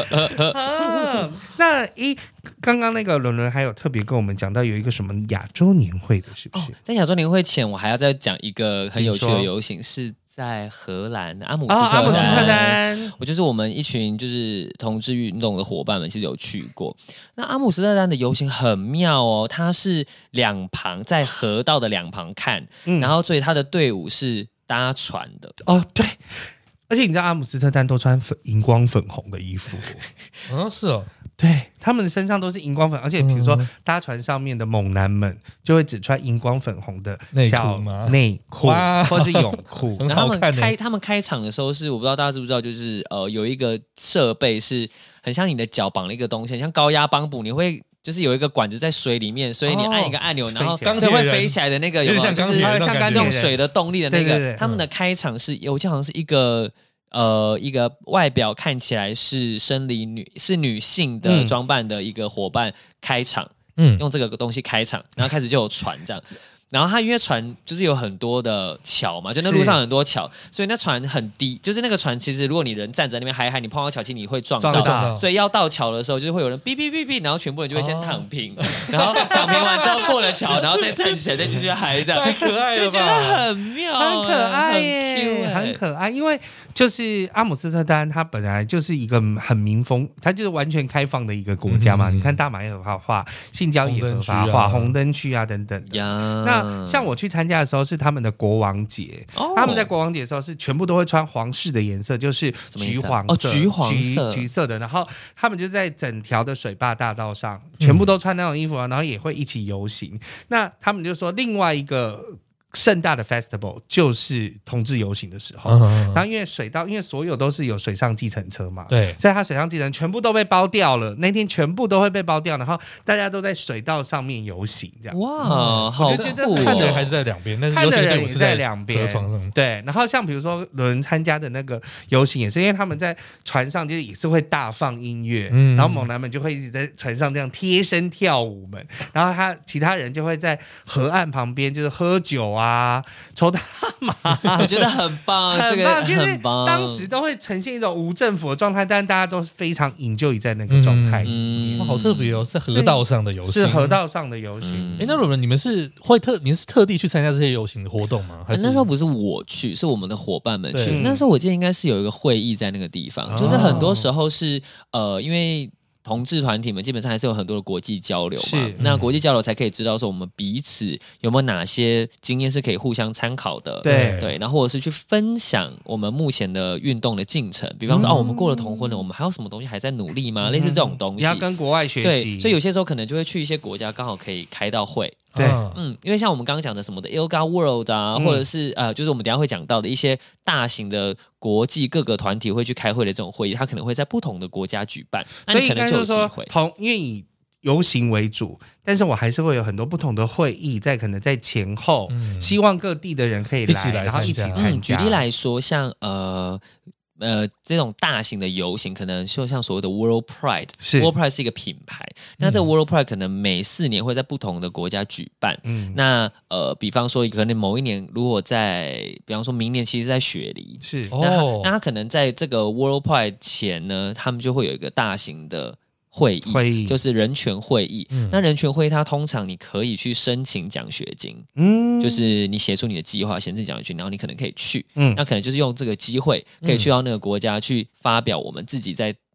那一刚刚那个伦伦还有特别跟我们讲到有一个什么亚洲年会的，是不是？哦、 在亚洲年会前，我还要再讲一个很有趣的游行，是在荷兰阿姆斯特丹。哦、 阿姆斯特丹， 我就是我们一群就是同志运动的伙伴们，其实有去过。那阿姆斯特丹的游行很妙哦，它是两旁在河道的两旁看，嗯、然后所以它的队伍是搭船的。 哦，对。而且你知道阿姆斯特丹都穿粉荧光粉红的衣服， 嗯，是哦， 对，他们身上都是荧光粉，而且比如说搭船上面的猛男们就会只穿荧光粉红的小内裤或是泳裤。 然后他们开他们开场的时候是我不知道大家知不知道，就是呃有一个设备是很像你的脚绑了一个东西，很像高压帮补，你会。就是有一个管子在水里面，所以你按一个按钮，哦、然后就会飞起来的那个，有没有？就是像刚用水的动力的那个。对对对，他们的开场是，我记得好像是一个呃一个外表看起来是生理女是女性的装扮的一个伙伴开场，嗯，用这个东西开场，然后开始就有船这样。然后它因为船就是有很多的桥嘛，就那路上很多桥，所以那船很低，就是那个船其实如果你人站在那边嗨嗨，你碰到桥其实你会撞到，撞到所以要到桥的时候，就是会有人哔哔哔哔，然后全部人就会先躺平，哦、然后躺平完之后过了桥，然后再站起来再继续嗨，这样太可爱了吧， 就觉得很妙， 很可爱耶，很可爱。因为就是阿姆斯特丹，它本来就是一个很民风，它就是完全开放的一个国家嘛。嗯、你看大麻也合法化，性交易合法化，红灯区啊等等的。那像我去参加的时候是他们的国王节，哦、他们在国王节的时候是全部都会穿皇室的颜色，就是橘黄色、 哦、橘黄色、橘色的，然后他们就在整条的水坝大道上，全部都穿那种衣服，然后也会一起游行。那他们就说另外一个。盛大的 festival 就是同志游行的时候，嗯、然后因为水道，因为所有都是有水上计程车嘛， 对， 所以它水上计程全部都被包掉了，那天全部都会被包掉，然后大家都在水道上面游行，这样子。 哇，好酷哦！ 看的人还是在两边，但是看的人也在两边。 边对，然后像比如说伦参加的那个游行也是，因为他们在船上就是也是会大放音乐，嗯、然后猛男们就会一直在船上这样贴身跳舞们，然后他其他人就会在河岸旁边就是喝酒啊。啊，抽大麻， 我觉得很棒， 很棒， 这个很棒。 当时都会呈现一种无政府的状态，但大家都是非常enjoy在那个状态里面。 嗯嗯、好特别哦，是河道上的游行， 是河道上的游行。 哎、嗯，那伦伦，你们是会特，你是特地去参加这些游行的活动吗？还是那时候不是我去，是我们的伙伴们去。那时候我记得应该是有一个会议在那个地方，哦、就是很多时候是呃，因为。同志团体们基本上还是有很多的国际交流嘛，是那国际交流才可以知道说我们彼此有没有哪些经验是可以互相参考的， 对对，然后或者是去分享我们目前的运动的进程，比方说、嗯、哦，我们过了同婚了，我们还有什么东西还在努力吗？嗯、类似这种东西， 你要跟国外学习， 对，所以有些时候可能就会去一些国家，刚好可以开到会。 对， 嗯，因为像我们刚刚讲的什么的 I L G A World 啊，嗯、或者是呃，就是我们等一下会讲到的一些大型的国际各个团体会去开会的这种会议，它可能会在不同的国家举办，那你可能就有机会。 同因为以游行为主，但是我还是会有很多不同的会议在，可能在前后，嗯、希望各地的人可以来， 一起来然后一起参加。 嗯、举例来说，像呃。呃，这种大型的游行，可能就像所谓的 World Pride， 是 World Pride 是一个品牌。那这个 World Pride 可能每四年会在不同的国家举办。嗯，那呃，比方说，可能某一年如果在，比方说明年其实在雪梨， 是那他、哦、那他可能在这个 World Pride 前呢，他们就会有一个大型的。会议, 会议就是人权会议、嗯、那人权会议它通常你可以去申请奖学金，嗯，就是你写出你的计划申请奖学金，然后你可能可以去，嗯，那可能就是用这个机会可以去到那个国家去发表我们自己在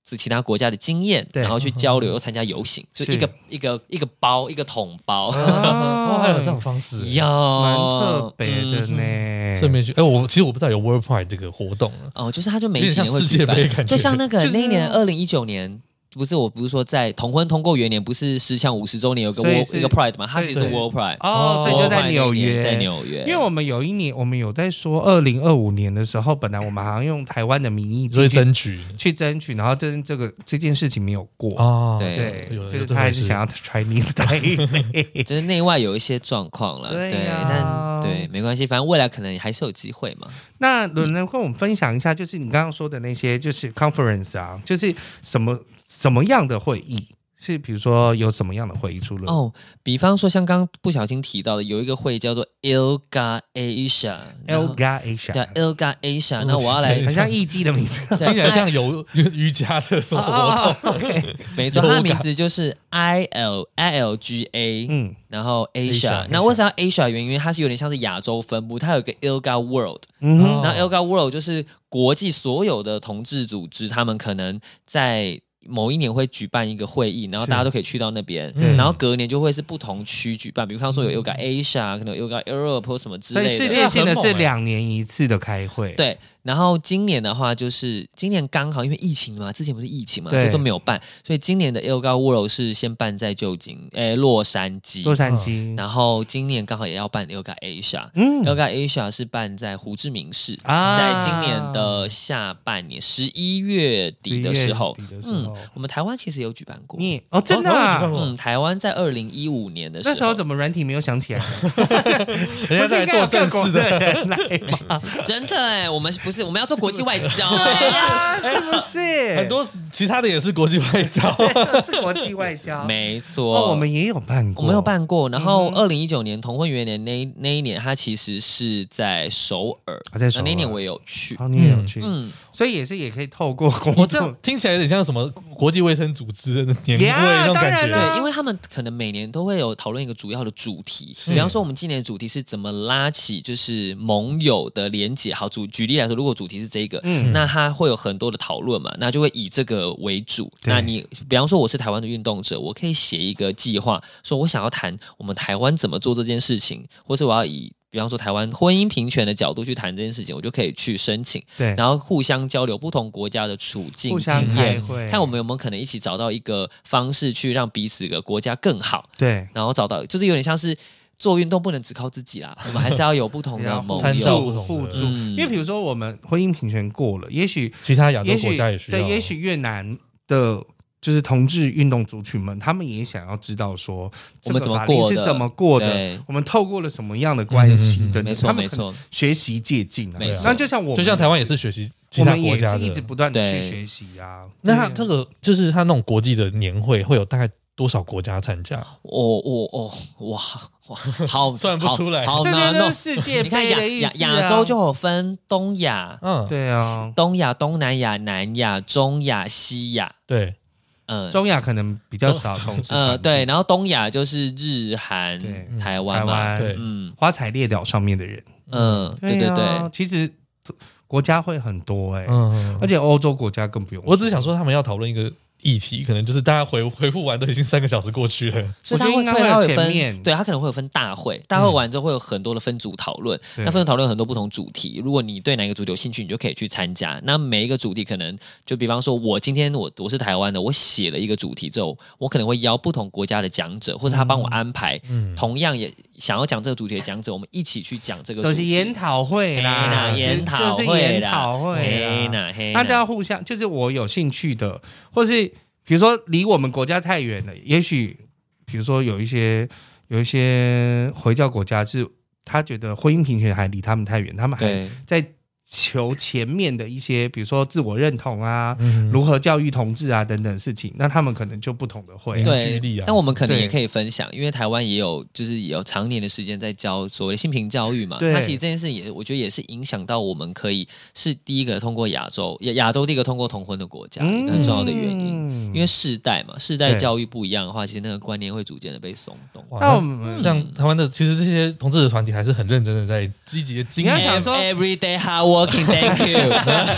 其他国家的经验，然后去交流，又参加游行，就一个一个一个包一个桶包， 哦，还有这种方式， 有蛮特别的呢。 顺便去，哎，我其实我不知道有 World Pride 这个活动哦，就是他就每几年会举办，就像那个那一年二零一九年。不是，我不是说在同婚通过元年，不是十强五十周年有个 World 一个 Pride 嘛？它其实是 World Pride 哦，所以就在纽约， 在纽约。 因为我们有一年，我们有在说二零二五年的时候，本来我们好像用台湾的名义去争取， 去争取，然后这这个这件事情没有过哦， 对，就是他还是想要 Chinese Day， 就是内外有一些状况了，对，但对没关系，反正未来可能还是有机会嘛。 那伦伦跟我们分享一下，就是你刚刚说的那些，就是 conference 啊，就是什么。什么样的会议？是比如说有什么样的会议出了？ 哦，比方说像刚刚不小心提到的，有一个会议叫做 I L G A Asia，I L G A Asia， 对 I L G A Asia。那我要来， 很像艺伎的名字， 听起来像有瑜伽的什么活动。 OK， 没错，它的名字就是 I L I L G A， 嗯，然后 Asia。那为什么要 Asia？ 原因因为它是有点像是亚洲分部，它有一个 I L G A World， 嗯，然后 I L G A World 就是国际所有的同志组织，他们可能在某一年会举办一个会议，然后大家都可以去到那边，然后隔年就会是不同区举办，比如说有 I L G A Asia， 可能有 I L G A Europe 或什么之类的。 所以世界性的是两年一次的开会。 对，然后今年的话就是今年刚好因为疫情嘛，之前不是疫情嘛，就都没有办，所以今年的 I L G A World 是先办在旧金，诶，洛杉矶， 洛杉矶。 然后今年刚好也要办 I L G A Asia， 嗯 ，I L G A Asia 是办在胡志明市，啊、在今年的下半年十一月底的时候，嗯。我们台湾其实有举办过， 你哦，真的啊， 嗯，台湾在二零一五年的时候， 那时候怎么软体没有想起来？ 人家在做正式的人来吗？ 真的哎，我们不是我们要做国际外交啊，是不是？ 很多其他的也是国际外交， 是国际外交， 没错。 哦，我们也有办过， 我们有办过。然后二零一九年同婚元年那那一年，它其实是在首尔， 在首尔。 那一年我也有去， 哦，你也有去，嗯，所以也是也可以透过工作， 我这样听起来有点像什么国际卫生组织的年会那种感觉， 对，因为他们可能每年都会有讨论一个主要的主题，比方说我们今年的主题是怎么拉起就是盟友的连结。好，举举例来说，如果主题是这个，嗯，那它会有很多的讨论嘛，那就会以这个为主。那你比方说我是台湾的运动者，我可以写一个计划，说我想要谈我们台湾怎么做这件事情，或是我要以比方说台湾婚姻平权的角度去谈这件事情，我就可以去申请， 对， 然后互相交流不同国家的处境经验，看我们有没有可能一起找到一个方式去让彼此的国家更好， 对， 然后找到就是有点像是做运动不能只靠自己啦，我们还是要有不同的盟友互助，因为比如说我们婚姻平权过了，也许其他亚洲国家也需要， 对，也许越南的。就是同志运动族群们，他们也想要知道说， 我们怎么过的，是怎么过的，我们透过了什么样的关系等等， 没错没错， 学习借鉴啊。 没错， 那就像我们， 就像台湾也是学习其他国家的， 我们也是一直不断的去学习啊。 那他这个就是他那种国际的年会，会有大概多少国家参加？ 哦哦哦，哇哇，好算不出来， 好难哦。 世界你看亚亚亚洲就有分东亚， 嗯，对啊， 东亚、东南亚、南亚、中亚、西亚， 对。 嗯，中亚可能比较少同志， 呃，对，然后东亚就是日韩、台湾嘛， 对，嗯，花彩列岛上面的人， 嗯，对对对， 其实国家会很多哎，嗯，而且欧洲国家更不用。 我只是想说，他们要讨论一个议题，可能就是大家回回复完都已经三个小时过去了， 所以他会他会分，对他可能会有分大会，大会完之后会有很多的分组讨论，那分组讨论很多不同主题，如果你对哪个主题有兴趣，你就可以去参加。那每一个主题可能就比方说，我今天我我是台湾的，我写了一个主题之后，我可能会邀不同国家的讲者，或者他帮我安排，嗯，同样也想要讲这个主题的讲者，我们一起去讲这个主题， 都是研讨会啦， 研讨会啦， 就是研讨会啦，大家互相就是我有兴趣的，或是。比如说离我们国家太远了，也许比如说有一些有一些回教国家是他觉得婚姻平权还离他们太远，他们还在求前面的一些比如说自我认同啊、嗯、如何教育同志啊等等事情，那他们可能就不同的会对、啊、但我们可能也可以分享，因为台湾也有就是也有常年的时间在教所谓的性平教育嘛，那其实这件事也我觉得也是影响到我们可以是第一个通过亚洲亚洲第一个通过同婚的国家、嗯、一个很重要的原因，因为世代嘛，世代教育不一样的话，其实那个观念会逐渐的被松动。 那我们像台湾的其实这些同志的团体还是很认真的在积极的经营。 你要想说 everyday hard working, thank you.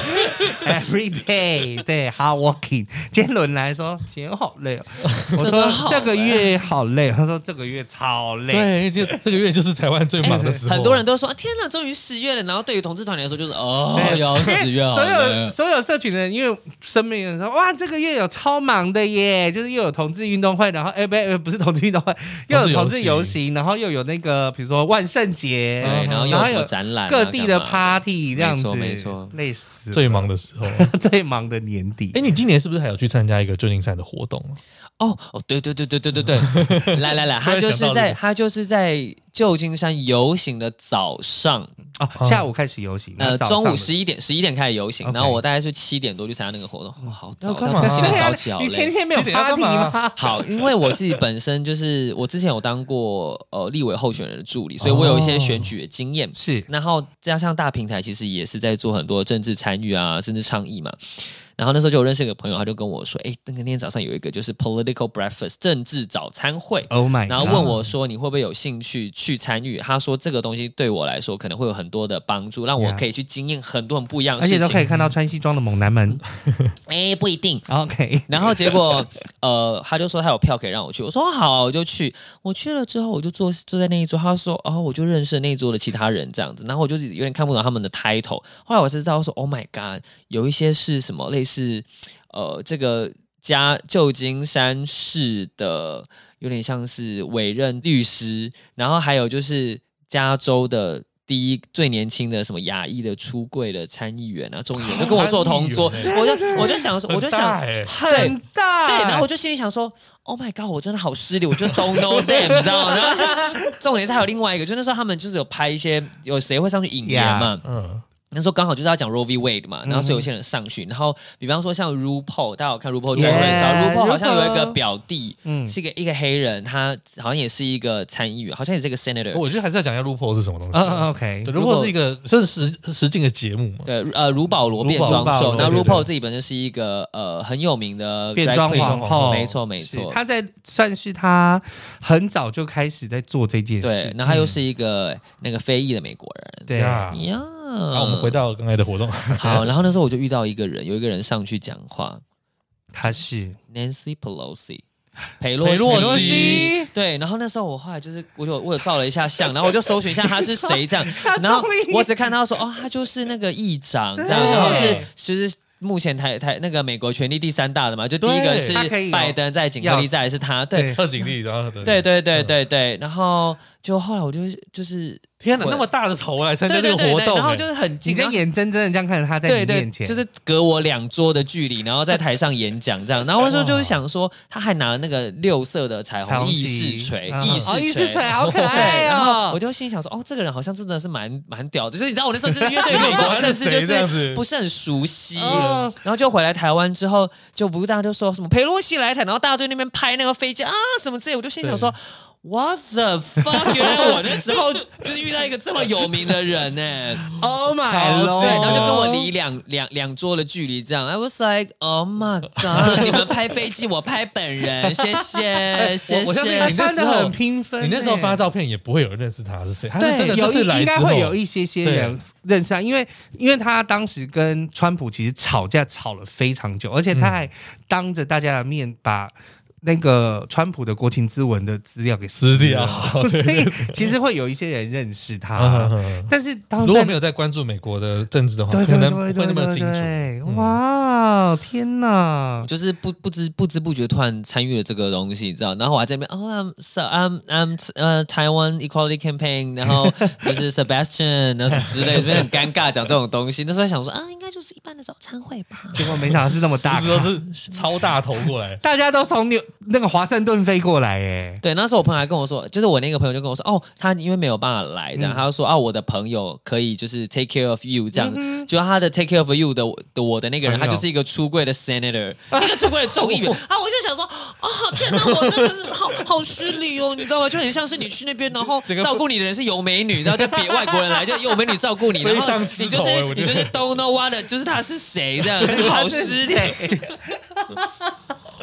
Every day, 对 ，hard working。今天轮来说，今天好累哦。我说这个月好累，他说这个月超累。 对，就这个月就是台湾最忙的时候。 很多人都说天哪，终于十月了。然后对于同志团来说，就是哦，要十月好所有所有社群的人，因为身边人说哇，这个月有超忙的耶，就是又有同志运动会，然后哎不不是同志运动会，又有同志游行，然后又有那个比如说万圣节， 对，然后又有什么展览， 各地的 party 这样子， 没错， 累死了。 最忙的时候， 最忙的年底。 哎，你今年是不是还有去参加一个旧金山的活动啊？ 哦哦，对对对对对对对，来来来，他就是在他就是在旧金山游行的早上哦，下午开始游行， 呃，中午十一点十一点开始游行，然后我大概是七点多去参加那个活动，哦，好早，七点早起好累。 你前天没有 party 吗？ 好，因为我自己本身就是我之前有当过呃立委候选人的助理，所以我有一些选举的经验， 是， 然后加上大平台其实也是在做很多政治参与啊，甚至倡议嘛。然后那时候就有认识一个朋友，他就跟我说：“哎，那个那天早上有一个就是 political breakfast 政治早餐会 ，Oh my， 然后问我说你会不会有兴趣去参与？他说这个东西对我来说可能会有很多的帮助，让我可以去经验很多很不一样的事情， 而且都可以看到穿西装的猛男们。 哎，不一定 ，OK。 然后结果呃，他就说他有票可以让我去，我说好，我就去。我去了之后，我就坐坐在那一桌，他说哦，我就认识那一桌的其他人这样子，然后我就有点看不懂他们的 title。后来我才知道说 ，Oh my God， 有一些是什么类似。呃，这个加旧金山市的有点像是委任律师，然后还有就是加州的第一最年轻的什么亚裔的出柜的参议员啊、众议员，就跟我坐同桌，我就我就想说，我就想很大， 对，然后我就心里想说 ，Oh my God， 我真的好失礼，我就 don't know them， 你知道吗？然后重点是还有另外一个，就那时候他们就是有拍一些，有谁会上去引言嘛？ Yeah, 嗯。那时候刚好就是要讲 Roe v. Wade 嘛，然后所以有些人上去，然后比方说像 RuPaul， 大家有看 RuPaul Drag Race 啊 ，RuPaul 好像有一个表弟，嗯，是一个一个黑人，他好像也是一个参议员，好像也是一个 Senator。 我觉得还是要讲一下 RuPaul 是什么东西。 嗯 ，OK，RuPaul 是一个这是实实境的节目嘛？ 对，呃，卢保罗变装秀，那 RuPaul 自己本身是一个呃很有名的变装皇后， 没错没错， 他在算是他很早就开始在做这件事， 对，那他又是一个那个非裔的美国人， 对呀。 好，我们回到刚才的活动。 好，然后那时候我就遇到一个人，有一个人上去讲话， 他是 Nancy Pelosi， 裴洛西。对，然后那时候我后来就是我有我有照了一下相，然后我就搜寻一下他是谁这样，然后我只看到说哦，他就是那个议长这样，然后是就是。目前台台那个美国权力第三大的嘛，就第一个是拜登，再警克力，再来是他，对， 特警力，然后对对对对对，然后就后来我就就是天哪，那么大的头来参加这个活动， 然后就是很近， 你在眼睁睁的这样看着他在你面前， 就是隔我两桌的距离，然后在台上演讲这样，然后那时候就是想说，他还拿了那个六色的彩虹议事锤，议事锤好可爱哦， 我就心想说，哦，这个人好像真的是蛮蛮屌的，就是你知道我那时候就是因为对美国政治就是不是很熟悉。然后就回来台湾之后，就不大家就说什么裴洛西来台，然后大家对那边拍那个飞机啊什么之类，我就心想说 ，What the fuck！ 原来我那时候就是遇到一个这么有名的人呢。 Oh my god！ 对，然后就跟我离两两两桌的距离这样。I was like, Oh my god！ 你们拍飞机，我拍本人，谢谢谢谢。 我相信你那时候很缤纷， 你那时候发照片也不会有人认识他是谁。他是对， 真的就是来应该会有一些些人认识他，因为因为他当时跟川普其实吵架吵了非常久，而且他还当着大家的面把那个川普的国情咨文的资料给撕掉，所以其实会有一些人认识他，但是当如果没有在关注美国的政治的话，可能不会那么清楚。 哇，天哪！ 就是不不知不知不觉突然参与了这个东西，你知道？然后我还在那边哦 ，I'm so I'm I'm 呃、uh, Taiwan Equality Campaign， 然后就是 Sebastian 然后之类的，很尴尬讲这种东西。那时候想说啊，应该就是一般的早餐会吧， 结果没想到是那么大， 是超大头过来， 大家都从纽那个华盛顿飞过来哎， 对，那时候我朋友还跟我说，就是我那个朋友就跟我说，哦，他因为没有办法来，这样，嗯、他就说啊，我的朋友可以就是 take care of you 这样，嗯、就他的 take care of you 的的我的那个人，他就是一个出柜的 senator， 一个出柜的众议员，啊，我就想说，啊，天哪，我真的是好好失礼哦，你知道吗？就很像是你去那边，然后照顾你的人是有美女，然后就别外国人来，就有美女照顾你，然后你就是你就是 don't know what， 就是他是谁这样，好失礼。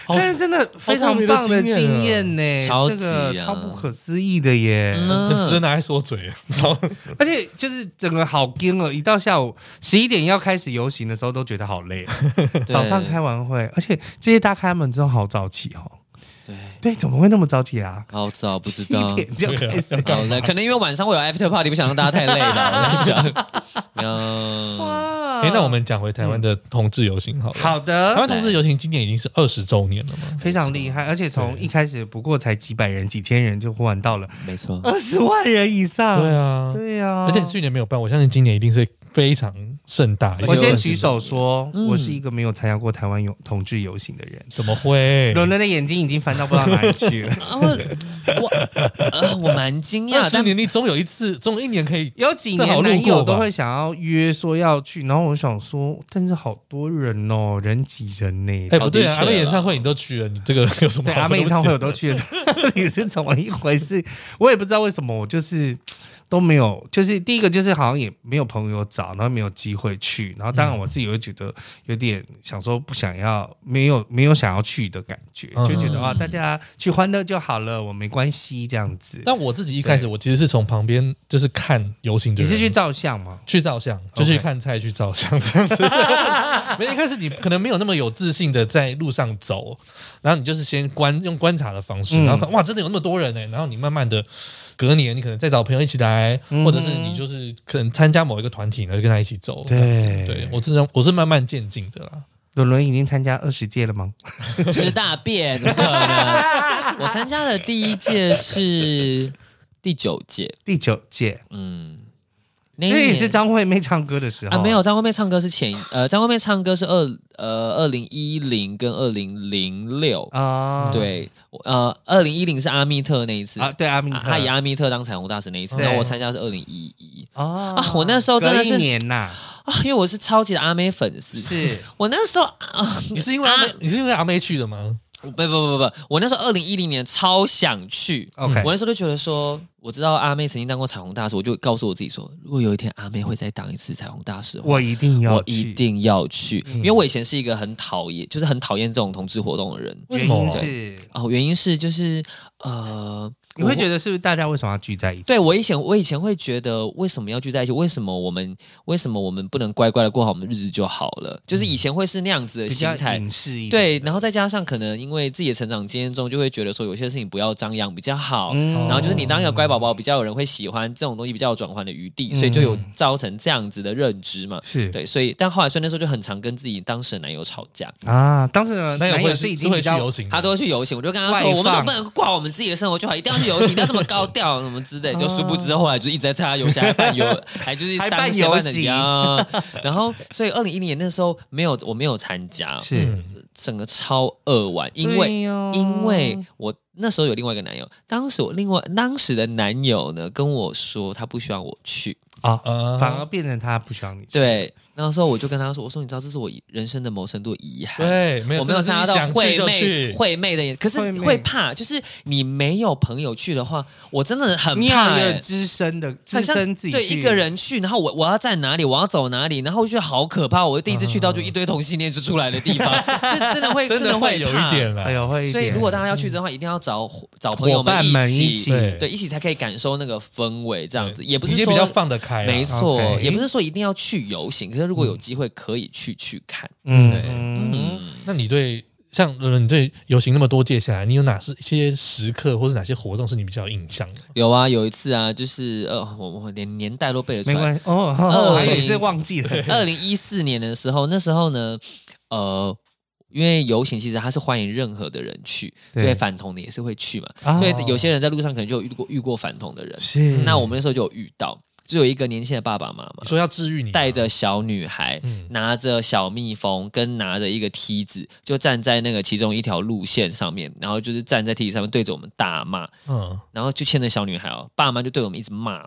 但是真的非常棒的经验呢， 超级啊，超不可思议的耶， 很值得拿来说嘴。 而且就是整个好惊了，一到下午十一点要开始游行的时候，都觉得好累。早上开完会，而且这些大开门之后好早起哦。 对对，怎么会那么早起啊？ 好早，不知道。 一点就开始， 好累，可能因为晚上会有 after party， 不想让大家太累了。我在想， 嗯，哇，哎，那我们讲回台湾的同志游行好了。 好的， 台湾同志游行今年已经是二十周年了嘛， 非常厉害，而且从一开始不过才几百人、几千人，就忽然到了， 没错， 二十万人以上。 对啊， 对啊， 而且去年没有办，我相信今年一定是非常盛大。 我先举手说，嗯、我是一个没有参加过台湾有同志游行的人。 怎么会？ 伦伦的眼睛已经翻到不知道哪里去了。 我我、呃、我蛮惊讶， 十年你总有一次，总有一年可以。 有几年男友都会想要约说要去，然后我想说，但是好多人哦，人挤人呢。 哎、欸，不对啊，阿妹演唱会你都去了，你这个有什么好？ 对，阿妹演唱会我都去了，你是怎么一回事？我也不知道为什么，我就是都没有，就是第一个就是好像也没有朋友找，然后没有机会去，然后当然我自己会觉得有点想说不想要，没有没有想要去的感觉，就觉得啊，大家去欢乐就好了，我没关系这样子。 但我自己一开始我其实是从旁边就是看游行的人， 你是去照相吗？ 去照相，就去看菜去照相这样子。没一开始你可能没有那么有自信的在路上走，然后你就是先观用观察的方式，然后看哇真的有那么多人哎、欸，然后你慢慢的。隔年你可能再找朋友一起来，嗯、或者是你就是可能参加某一个团体呢，就跟他一起走。对，对我是我是慢慢渐进的啦。 伦伦已经参加二十届了吗？ 吃大便，怎么可能？我参加的第一届是第九届， 第九届， 嗯。 因为也是张惠妹唱歌的时候啊，没有张惠妹唱歌是前呃，张惠妹唱歌是二呃二零一零跟二零零六啊，对，呃二零一零是阿密特那一次啊，对阿密特， 他以阿密特当彩虹大使那一次，然后我参加是二零一一啊， 我那时候真的是隔一年呐啊，因为我是超级的阿妹粉丝， 是我那时候啊， 你是因为阿妹，你是因为阿妹去的吗？ 不不不不不，我那时候二零一零年超想去 ，OK， 我那时候就觉得说，我知道阿妹曾经当过彩虹大使，我就告诉我自己说，如果有一天阿妹会再当一次彩虹大使， 我一定要， 我一定要去，嗯、因为我以前是一个很讨厌，就是很讨厌这种同志活动的人。 原因是哦，原因是就是呃。 你会觉得是不是大家为什么要聚在一起？ 对，我以前我以前会觉得为什么要聚在一起？为什么我们为什么我们不能乖乖的过好我们的日子就好了？就是以前会是那样子的心态，对，然后再加上可能因为自己的成长经验中，就会觉得说有些事情不要张扬比较好，嗯、然后就是你当一个乖宝宝，比较有人会喜欢这种东西，比较有转换的余地，所以就有造成这样子的认知嘛。 是对，所以但后来所以那时候就很常跟自己当时的男友吵架啊，当时的男友是已经会去游行， 他都会去游行，我就跟他说，我们总不能挂我们自己的生活就好，一定要去游行，一定要这么高。掉什么之类，就殊不知后来就一直在参加游戏，还办游，还就是还办游戏啊。然后，所以二零一零年那时候没有，我没有参加， 是整个超扼腕，因为、哦、因为我那时候有另外一个男友，当时我另外当时的男友呢跟我说他不希望我去啊，呃、反而变成他不希望你去。 对。那时候我就跟他说：“我说你知道这是我人生的某程度遗憾， 对，没有我没有参加到惠妹惠妹的，可是会怕，就是你没有朋友去的话，我真的很怕、欸。 你要有只身的，只身自己对一个人去，然后我我要在哪里，我要走哪里，然后我觉得好可怕。我第一次去到就一堆同性恋就出来的地方，就真的会真的会有一点啦，哎呦会。 所以如果大家要去的话，一定要找找朋友们一起，对，一起才可以感受那个氛围，这样子也不是说比较放得开， 没错，也不是说一定要去游行，可是如果有机会可以去去看，嗯，对，嗯， 那你对像你对游行那么多届下来，你有哪是一些时刻，或是哪些活动是你比较有印象的？ 有啊，有一次啊，就是呃，我我连年代都背得出来， 没关系哦，我还也是忘记了。 二零一四年的时候，那时候呢，呃。因为游行其实它是欢迎任何的人去，所以反同的也是会去嘛。哦、所以有些人在路上可能就有遇过遇过反同的人， 是。 那我们那时候就有遇到。就有一个年轻的爸爸妈妈说要治愈你， 带着小女孩，嗯、拿着小蜜蜂跟拿着一个梯子，就站在那个其中一条路线上面，然后就是站在梯子上面对着我们大骂，嗯，然后就牵着小女孩哦，爸妈就对我们一直骂哦，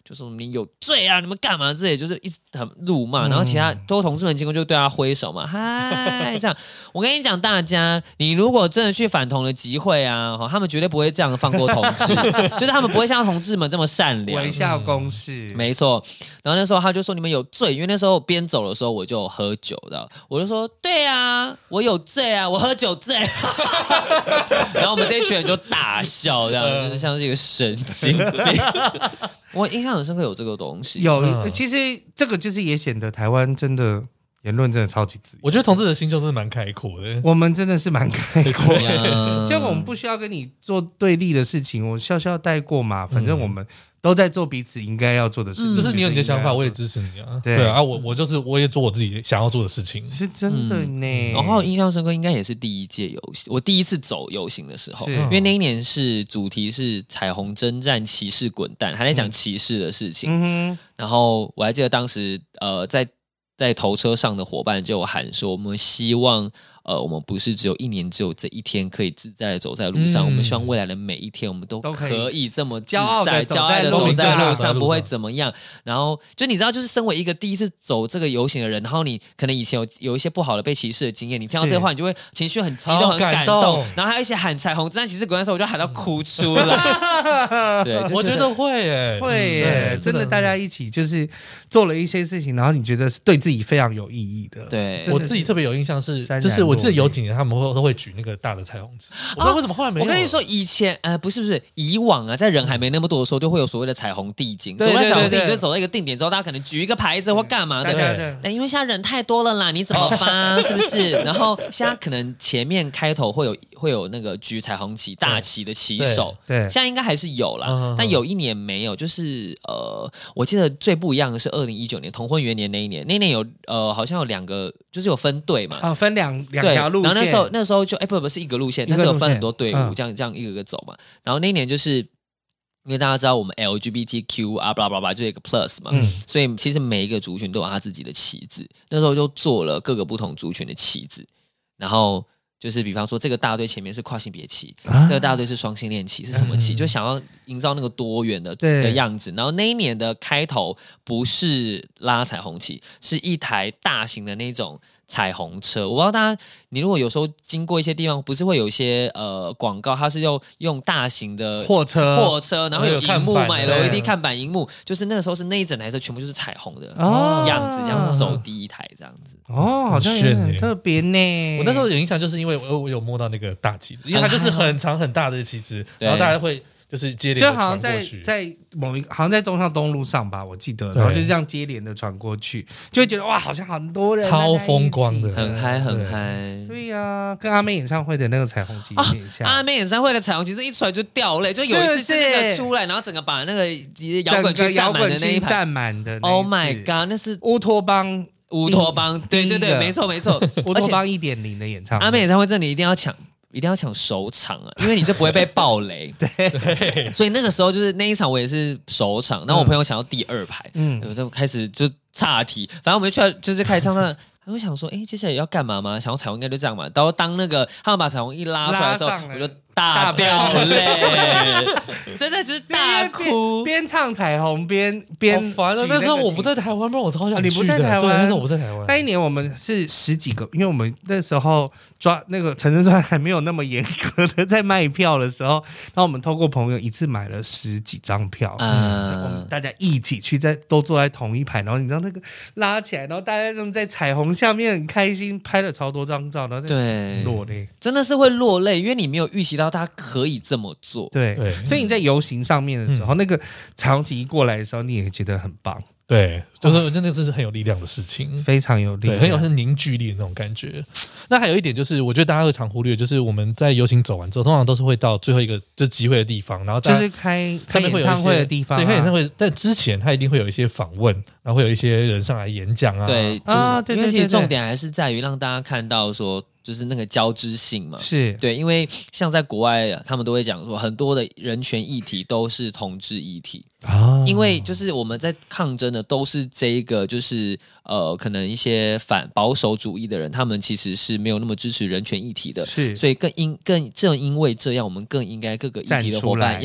就说你有罪啊，你们干嘛之类，就是一直很辱骂，然后其他都同志们经过就对他挥手嘛，嗨，这样。我跟你讲，大家，你如果真的去反同的集会啊，他们绝对不会这样放过同志，就是他们不会像同志们这么善良， 微笑公式， 没错。然后那时候他就说你们有罪，因为那时候边走的时候我就喝酒的，我就说对啊，我有罪啊，我喝酒醉。然后我们这一群人就大笑，这样就是像是一个神经病。我印象很深刻有这个东西， 有、嗯、其实这个就是也显得台湾真的言论真的超级自由。 我觉得同志的心就是蛮开阔的， 我们真的是蛮开阔的，就我们不需要跟你做对立的事情，我笑笑带过嘛，反正我们都在做彼此应该要做的事情、嗯、 就是你有你的想法，我也支持你啊。对, 对啊，我我就是我也做我自己想要做的事情， 是真的呢、嗯、 然后印象深刻应该也是第一届游行，我第一次走游行的时候，因为那一年是主题是彩虹征战，歧视滚蛋，还在讲歧视的事情、嗯、然后我还记得当时呃在在头车上的伙伴就喊说，我们希望呃，我们不是只有一年，只有这一天可以自在的走在路上、嗯、我们希望未来的每一天我们都可以这么自在骄傲的走在路上，不会怎么样。然后就你知道，就是身为一个第一次走这个游行的人，然后你可能以前有有一些不好的被歧视的经验，你听到这个话你就会情绪很激动很感动，然后还有一些喊彩虹征战歧视滚蛋的时候我就喊到哭出来。对， 我觉得会耶会耶，真的大家一起就是做了一些事情，然后你觉得是对自己非常有意义的。 对， 我自己特别有印象是就是我记得有几年他们会都会举那个大的彩虹旗，我不知道为什么后来没有、 哦、我跟你说以前呃不是不是以往啊，在人还没那么多的时候就会有所谓的彩虹地景，所谓的彩虹地景就是走到一个定点之后大家可能举一个牌子或干嘛的，对对对，但因为现在人太多了啦，你怎么发是不是？然后现在可能前面开头会有会有那个举彩虹旗大旗的旗手，对，现在应该还是有啦、嗯、但有一年没有，就是呃我记得最不一样的是二零一九年同婚元年那一年，那一年有呃好像有两个就是有分队嘛， 啊分两两条路线， 然后那时候那时候就哎、欸、不不是一个路线，但是有分很多队伍、嗯、这样这样一个一个走嘛。然后那一年就是因为大家知道我们 L G B T Q 啊 blah blah blah 就一个 plus 嘛、嗯，所以其实每一个族群都有他自己的旗子。那时候就做了各个不同族群的旗子，然后就是比方说这个大队前面是跨性别旗、啊，这个大队是双性恋旗，是什么旗、嗯？就想要营造那个多元的的样子。然后那一年的开头不是拉彩虹旗，是一台大型的那种彩虹车。我不知道大家，你如果有时候经过一些地方，不是会有一些呃广告，它是用用大型的货车货车，然后有荧幕嘛 ，L E D 看板荧幕，就是那个时候是那一整台车全部就是彩虹的样子，这样走第一台这样子。 哦，好像也很特别呢。 我那时候有印象，就是因为我我有摸到那个大旗子，因为它就是很长很大的旗子，然后大家会就是接连的传过去， 就好像在在某一好像在忠孝东路上吧，我记得，然后就是这样接连的传过去，就会觉得哇，好像很多人超风光的， 很嗨很嗨。 对呀、啊，跟阿妹演唱会的那个彩虹旗有点像。 啊、阿妹演唱会的彩虹旗是一出来就掉泪，就有一次是那个出来，然后整个把那个摇滚区占满的那一排占满的。 Oh my god， 那是乌托邦。 乌托邦，对对对，没错没错， 乌托邦一点零的演唱会， 阿妹演唱会这里一定要抢，一定要抢首场啊，因为你就不会被爆雷。对，所以那个时候就是那一场我也是首场，然后我朋友抢到第二排，嗯，我就开始就岔题，反正我们就去就是开始唱唱。我想说，哎、欸，接下来要干嘛吗？想要彩虹应该就这样嘛。然后当那个他们把彩虹一拉出来的时候，我就大掉泪，真的是大哭， 边唱彩虹边边。 烦了，那时候我不在台湾，不然我超想去的、啊。 你不在台湾， 那时候我不在台湾。 那一年我们是十几个，因为我们那时候抓那个陈升专还没有那么严格的在卖票的时候，然后我们透过朋友一次买了十几张票，嗯，所以我们大家一起去在都坐在同一排，然后你知道那个拉起来，然后大家正在彩虹下面很开心，拍了超多张照，然后对落泪， 真的是会落泪，因为你没有预期到他可以这么做。 对，对所以你在游行上面的时候，嗯、那个彩虹旗一过来的时候，你也觉得很棒。 对，就是真的这是很有力量的事情， 非常有力量， 很有很凝聚力的那种感觉。那还有一点就是，我觉得大家会常忽略，就是我们在游行走完之后，通常都是会到最后一个就集会的地方，然后就是开开演唱会的地方、啊， 对，开演唱会。但之前他一定会有一些访问，然后会有一些人上来演讲啊， 对，就是、啊、对对对对因为其实重点还是在于让大家看到说。就是那个交织性嘛， 是对，因为像在国外，他们都会讲说，很多的人权议题都是同志议题啊，因为就是我们在抗争的都是这一个，就是呃，可能一些反保守主义的人，他们其实是没有那么支持人权议题的， 是， 所以更因更正因为这样，我们更应该各个议题的伙伴要。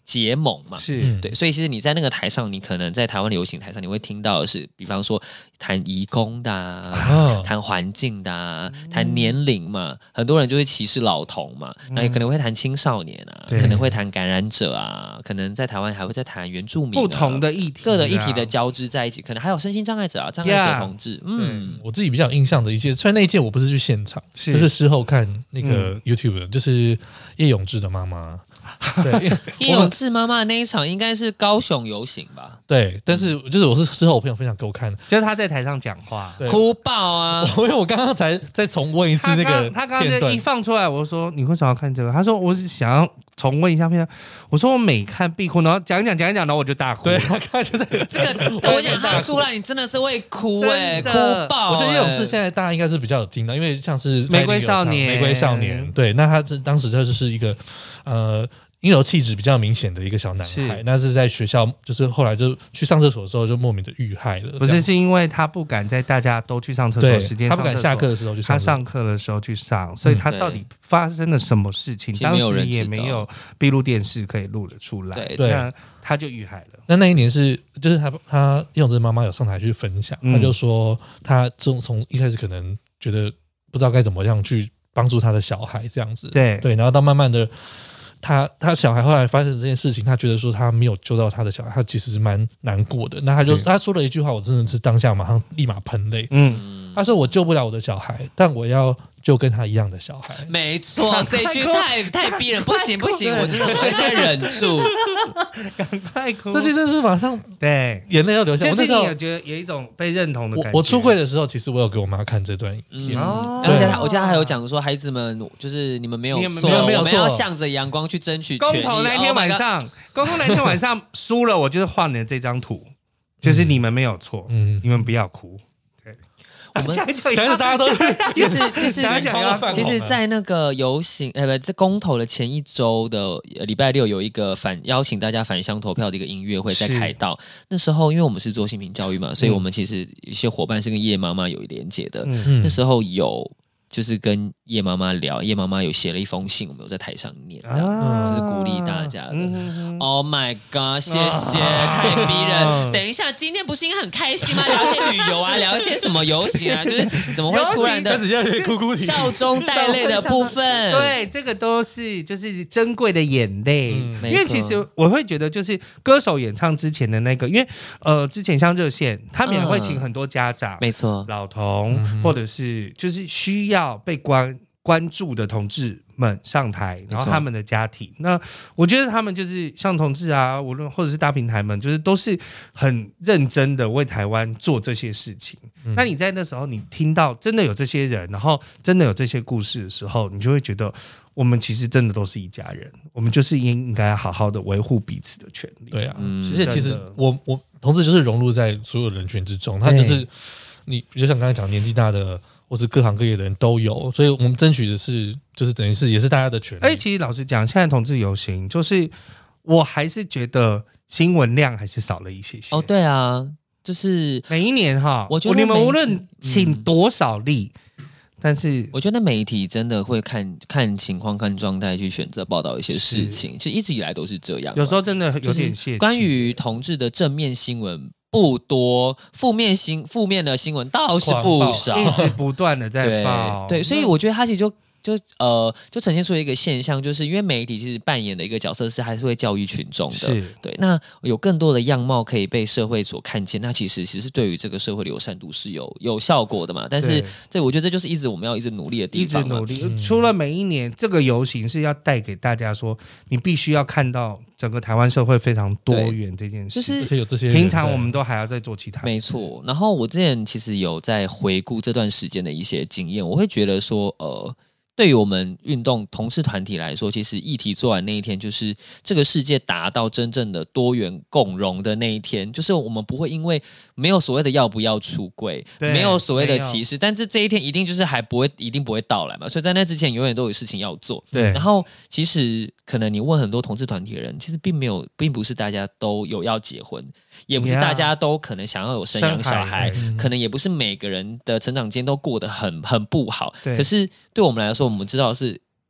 结盟嘛， 是对，所以其实你在那个台上，你可能在台湾的游行台上，你会听到的是，比方说谈移工的、啊，谈环境的、啊，谈年龄嘛，很多人就会歧视老童嘛，那也可能会谈青少年啊，可能会谈感染者啊，可能在台湾还会再谈原住民、啊， 不同的议题、啊， 各的议题的交织在一起，可能还有身心障碍者啊，障碍者同志， yeah, 嗯， 我自己比较有印象的一届，虽然那一届我不是去现场，是就是事后看那个 YouTube，、嗯、就是叶永志的妈妈。对， 叶永志妈妈的那一场应该是高雄游行吧？ 对，但是就是我是事后我朋友分享给我看， 就是他在台上讲话， 哭爆啊！ 因为我刚刚才再重温一次那个他刚刚一放出来，我说你为什么要看这个？他说我是想要重温一下片段。我说我每看必哭，然后讲一讲讲一讲，然后我就大哭。 对，他刚才就在这个，我讲他出来，你真的是会哭哎、欸，哭爆、欸！ 我觉得叶永志现在大家应该是比较有听到，因为像是玫瑰少年， 玫瑰少年，对，那他这当时他就是一个呃。阴柔气质比较明显的一个小男孩，那是在学校，就是后来就去上厕所的时候就莫名的遇害了。 不是，是因为他不敢在大家都去上厕所时间， 他不敢下课的时候去上， 他上课的时候去上，所以他到底发生了什么事情？当时也没有闭路电视可以录得出来， 对， 那他就遇害了。 那那一年是，就是他他叶永志妈妈有上台去分享，嗯、他就说他从从一开始可能觉得不知道该怎么样去帮助他的小孩这样子， 对对，然后到慢慢的。他他小孩后来发生这件事情，他觉得说他没有救到他的小孩，他其实蛮难过的。那他就他说了一句话，我真的是当下马上立马喷泪。嗯，他说我救不了我的小孩，但我要救跟他一样的小孩。 没错，这句太太逼人，不行不行，我真的不会再忍住， 赶快哭。 这句真是马上对眼泪要流下来。 我那时候也觉得有一种被认同的感觉。 我, 我出柜的时候，其实我有给我妈看这段影片， 嗯哦、而且他我记得他还有讲说，孩子们就是你们没有错， 没有我们要向着阳光去争取权益。 公投那天晚上，公投那天晚上输了，我就是画你的这张图，就是你们没有错，嗯，你们不要哭。 我们讲着大家都其实其实其实，在那个游行呃不，在公投的前一周的礼拜六有一个反邀请大家返乡投票的一个音乐会在凯道。那时候因为我们是做性平教育嘛，所以我们其实一些伙伴是跟叶妈妈有连结的。嗯、那时候有就是跟叶妈妈聊，叶妈妈有写了一封信，我们有在台上念，这样子、啊、就是鼓励大家的。嗯、Oh my god， 谢谢，啊、太逼人！等一下，今天不是应该很开心吗？聊一些旅游啊，聊一些什么游行啊，就是怎么会突然的笑中带泪的部分？ 对，这个都是就是珍贵的眼泪、嗯，因为其实我会觉得，就是歌手演唱之前的那个，因为呃，之前像热线，他们也会请很多家长， 没错， 老童、嗯、或者是就是需要被关。关注的同志们上台，然后他们的家庭，那我觉得他们就是像同志啊，无论或者是大平台们，就是都是很认真的为台湾做这些事情、嗯。那你在那时候，你听到真的有这些人，然后真的有这些故事的时候，你就会觉得我们其实真的都是一家人，我们就是应该好好的维护彼此的权利。 对啊，嗯、而且其实我我同志就是融入在所有人群之中，他就是你，就像刚才讲年纪大的。或是各行各业的人都有，所以我们争取的是，就是等于是也是大家的权利。 而且其实老实讲，现在同志游行，就是我还是觉得新闻量还是少了一些些。 哦，对啊，就是每一年哈， 我觉得你们无论请多少力、嗯，但是我觉得媒体真的会看看情况、看状态去选择报道一些事情，其实一直以来都是这样。 有时候真的有点泄气。 关于同志的正面新闻不多，负面新负面的新闻倒是不少， 一直不断的在报。 对，对，所以我觉得他其实就就呃就呈现出一个现象，就是因为媒体其实扮演的一个角色是还是会教育群众的，对。那有更多的样貌可以被社会所看见，那其实其实对于这个社会的友善度是有有效果的嘛。但是这我觉得这就是一直我们要一直努力的地方嘛， 一直努力。嗯、除了每一年这个游行是要带给大家说，你必须要看到。整个台湾社会非常多元这件事， 就是有这些平常我们都还要再做其他。 没错，然后我之前其实有在回顾这段时间的一些经验，我会觉得说，呃，对于我们运动同志团体来说，其实议题做完那一天，就是这个世界达到真正的多元共融的那一天，就是我们不会因为没有所谓的要不要出柜，没有所谓的歧视，但是这一天一定就是还不会，一定不会到来嘛。所以在那之前，永远都有事情要做。 对， 然后其实可能你问很多同志团体的人，其实并没有，并不是大家都有要结婚。也不是大家都可能想要有生养小孩，可能也不是每个人的成长间都过得很很不好。可是对我们来说，我们知道是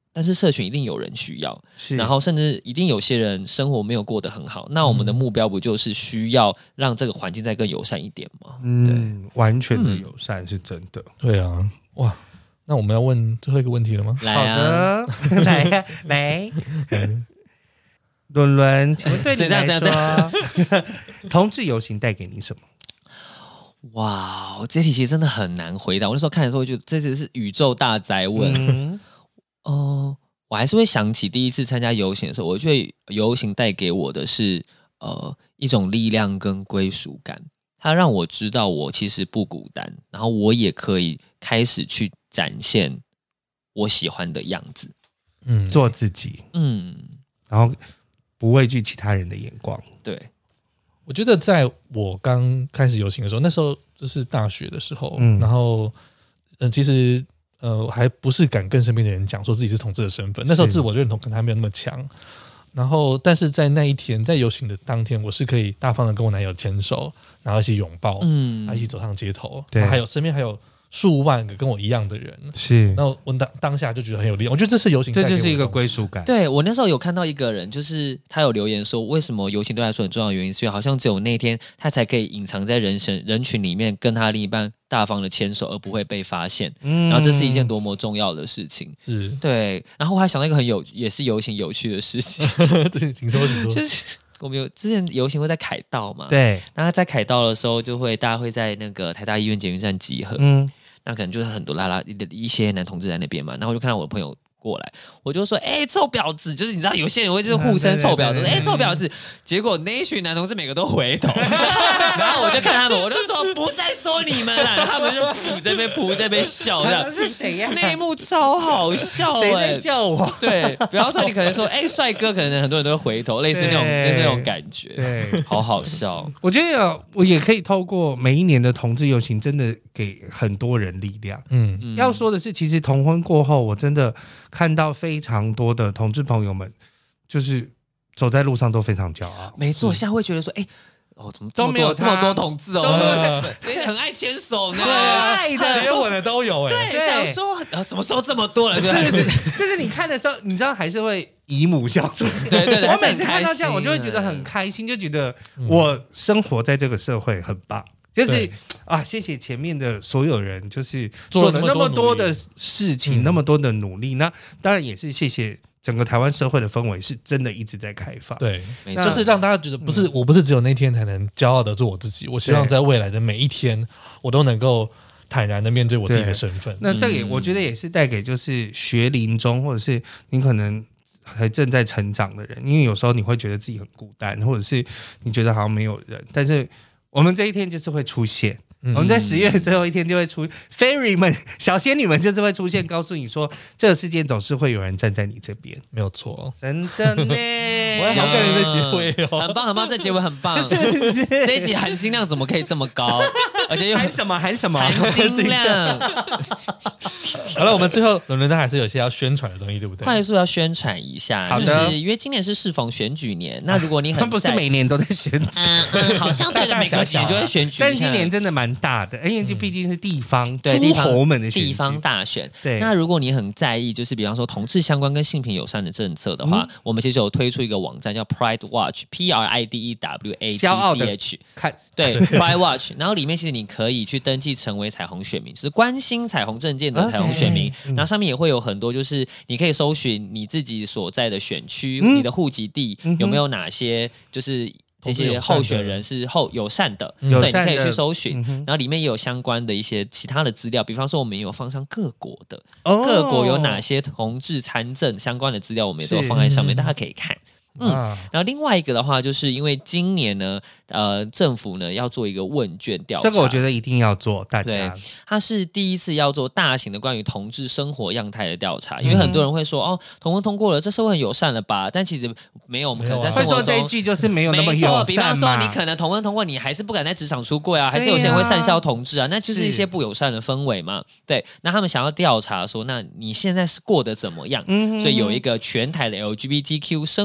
但是社群一定有人需要， 是， 然后甚至一定有些人生活没有过得很好，那我们的目标不就是需要让这个环境再更友善一点吗？ 嗯，对，完全的友善是真的。 嗯、对啊，哇，那我们要问最后一个问题了吗？ 来啊， 好的，来呀、啊，来。伦伦，请问对你来说，同志游行带给你什么？ 哇，这题其实真的很难回答。我那时候看的时候，就这只是宇宙大哉问。嗯，呃，我还是会想起第一次参加游行的时候，我觉得游行带给我的是呃一种力量跟归属感。它让我知道我其实不孤单，然后我也可以开始去展现我喜欢的样子， 嗯，做自己， 嗯， 然后不畏惧其他人的眼光。 对， 我觉得在我刚开始游行的时候，那时候就是大学的时候，嗯，然后，嗯，其实呃还不是敢跟身边的人讲说自己是同志的身份，那时候自我认同可能还没有那么强。然后，但是在那一天，在游行的当天，我是可以大方的跟我男友牵手，然后一起拥抱，嗯，然后一起走上街头，对，还有身边还有数万个跟我一样的人， 是， 那我当当下就觉得很有力量。我觉得这是游行， 这就是一个归属感。 对，我那时候有看到一个人，就是他有留言说，为什么游行对他来说很重要的原因，是因为好像只有那天他才可以隐藏在人群人群里面，跟他另一半大方的牵手，而不会被发现。嗯，然后这是一件多么重要的事情。 是， 对。然后我还想到一个很有，也是游行有趣的事情。 对，请说，请说。 就是我们有之前游行会在凯道嘛？ 对。 然后在凯道的时候，就会大家会在那个台大医院捷运站集合。 嗯。 那可能就是很多拉拉一些男同志在那边嘛，然后我就看到我的朋友过来，我就说：“哎、欸，臭婊子！”就是你知道，有些人会就是互称臭婊子，哎、欸，臭婊子。结果那一群男同志每个都回头，然后我就看他们，我就说：“不是在说你们啦。”他们就噗在那边噗在那边笑，这样是谁呀？ 那一幕超好笑、欸， 谁在叫我？ 对，比方说你可能说：“哎、欸，帅哥！”可能很多人都会回头，类似那种类似那种感觉， 对， 好好笑。 我觉得我也可以透过每一年的同志游行，真的给很多人力量。嗯，要说的是，其实同婚过后，我真的看到非常多的同志朋友们，就是走在路上都非常骄傲。 没错，现在会觉得说，哎、欸。哦，怎么都没有这么多同志哦？对，很爱牵手呢， 爱的接吻的都有哎。 对，想说、啊、什么时候这么多了？ 是是是，就是你看的时候，你知道还是会姨母笑出现。 对对对， 我每次看到这样，我就会觉得很开心，就觉得我生活在这个社会很棒。就是啊，谢谢前面的所有人，就是做了那么多的事情，那么多的努力。那当然也是谢谢。整个台湾社会的氛围是真的一直在开放， 对，就是让大家觉得不是、嗯、我不是只有那天才能骄傲的做我自己，我希望在未来的每一天，我都能够坦然的面对我自己的身份。 那这个也、嗯、我觉得也是带给就是学龄中或者是你可能还正在成长的人，因为有时候你会觉得自己很孤单，或者是你觉得好像没有人，但是我们这一天就是会出现。嗯、我们在十月最后一天就会出 ，Fairy 们、小仙女们就是会出现，告诉你说，这个世界总是会有人站在你这边， 没有错， 真的呢。 我也好感人的结尾哦， 很棒很棒，这结尾很棒， 是是。 这一集含金量怎么可以这么高？而且又含什么含什么含金量？ 好了，我们最后伦伦还是有些要宣传的东西，对不对？ 快速要宣传一下，就是因为今年是适逢选举年，那如果你很不是每年都在选举， 嗯嗯，好像对的，每隔几年就会选举， 但今年真的蛮大的，因为就毕竟是地方对诸侯们的地方大选。 对， 那如果你很在意，就是比方说同志相关跟性平友善的政策的话，嗯、我们其实有推出一个网站叫 Pride Watch，P R I D E W A T C H， 看对 Pride Watch， 然后里面其实你可以去登记成为彩虹选民，就是关心彩虹政见的彩虹选民。Okay, 然后上面也会有很多，就是你可以搜寻你自己所在的选区、嗯、你的户籍地、嗯、有没有哪些就是这些候选人是后友善的， 嗯、 对，你可以去搜寻、嗯，然后里面也有相关的一些其他的资料，比方说我们也有放上各国的、哦、各国有哪些同志参政相关的资料，我们也都有放在上面，大家可以看。嗯，然后另外一个的话，就是因为今年呢，呃，政府呢要做一个问卷调查， 这个我觉得一定要做，大家。 对，它是第一次要做大型的关于同志生活样态的调查，因为很多人会说，嗯、哦，同婚通过了，这社会很友善了吧？但其实没有，我们可能在生活中， 会说这一句就是没有那么友善嘛。 比方说，你可能同婚通过，你还是不敢在职场出柜啊，还是有些人会讪笑同志啊，那就是一些不友善的氛围嘛。对，那他们想要调查说，那你现在是过得怎么样？嗯、所以有一个全台的 L G B T Q 生活状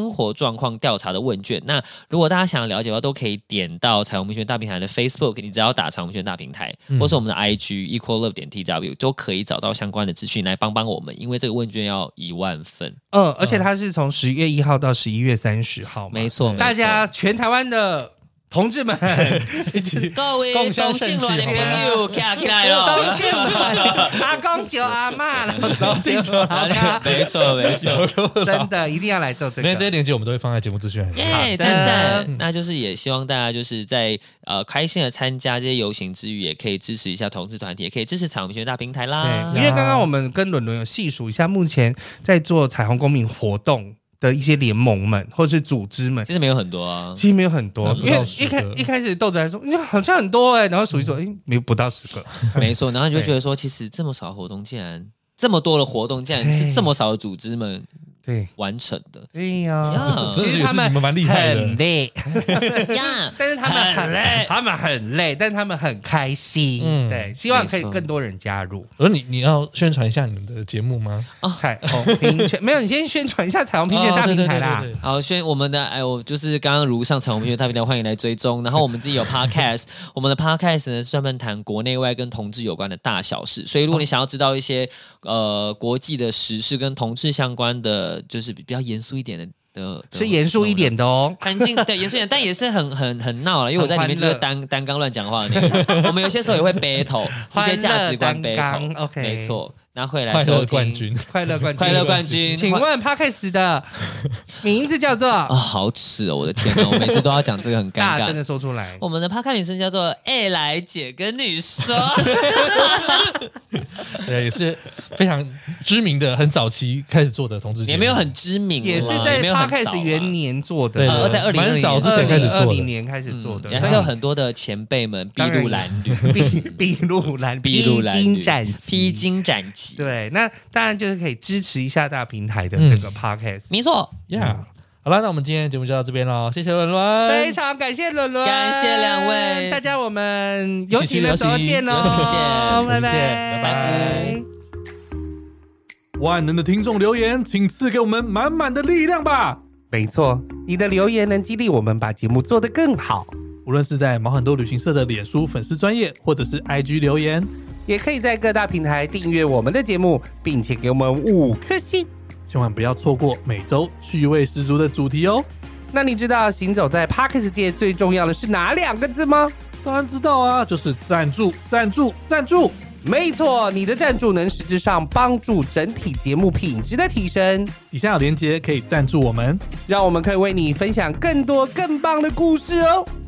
状况调查的问卷。那如果大家想要了解的话，都可以点到彩虹民权大平台的 Facebook， 你只要打彩虹民权大平台，嗯、或是我们的 I G equal love 点 T W 都可以找到相关的资讯来帮帮我们，因为这个问卷要一万份。 嗯，而且它是从十月一号到十一月三十号， 没错， 大家全台湾的同志们一起各位同性恋的朋友站起来了， 同性恋阿公救阿嬷了，同性恋阿妈， 没错没错， 真的一定要来做这个。 因为这些链接我们都会放在节目资讯栏。 耶，赞赞！那就是也希望大家就是在呃开心的参加这些游行之余，也可以支持一下同志团体，也可以支持彩虹民权大平台啦。 对，因为刚刚我们跟伦伦有细数一下，目前在做彩虹公民活动的一些联盟们或是组织们， 其实没有很多啊， 其实没有很多，因为一开一开始豆子还说，因为好像很多哎、欸，然后数一数，哎、嗯，没不到十个， 没错，然后你就觉得说，其实这么少活动，竟然这么多的活动，竟然是这么少的组织们。 对， 完成的。 对呀、啊， 其实他们蛮厉害的， 很累但是他们很累，他们很累，但是他们很开心。嗯，对，希望可以更多人加入。 而你你要宣传一下你们的节目吗？ 哦，彩虹平权没有，你先宣传一下彩虹平权大平台啦。 好，宣我们的哎，我就是刚刚如上彩虹平权大平台，欢迎来追踪。然后我们自己有 podcast， 我们的 podcast 呢专门谈国内外跟同志有关的大小事。所以如果你想要知道一些呃国际的时事跟同志相关的。就是比较严肃一点的的， 是严肃一点的哦， 环境对严肃一点，但也是很很很闹了，因为我在里面就是单单刚乱讲话的那个。我们有些时候也会 battle 一些价值观 battle， OK， 没错。那会来收听冠军， 快乐冠军， 快乐冠军。 请问 Podcast 的名字叫做啊、 哦，好耻哦！我的天哪，我每次都要讲这个很尴尬， 大声的说出来。 我们的 Podcast 名称叫做“哎来姐跟你说”， 对，也是非常知名的，很早期开始做的同志节目， 也没有很知名， 也是在 Podcast 元年做的， 对，呃、在二零蛮早之前开始做的， 二零年开始做的， 也是有很多的前辈们筚路蓝缕， 筚路蓝披荆斩棘， 披荆斩棘。 对，那当然就是可以支持一下大平台的这个 podcast，、嗯、 没错 ，Yeah。好了，那我们今天的节目就到这边了，谢谢伦伦， 非常感谢伦伦， 感谢两位， 大家我们游行的时候见喽， 游行见， 拜拜， 拜拜。万能的听众留言，请赐给我们满满的力量吧。 没错，你的留言能激励我们把节目做得更好。 无论是在毛很多旅行社的脸书粉丝专页，或者是 I G 留言， 也可以在各大平台订阅我们的节目，并且给我们五颗星。 千万不要错过每周趣味十足的主题哦。 那你知道行走在 Podcast 界最重要的是哪两个字吗？ 当然知道啊，就是赞助，赞助，赞助。 没错，你的赞助能实质上帮助整体节目品质的提升。 底下有连结可以赞助我们， 让我们可以为你分享更多更棒的故事哦。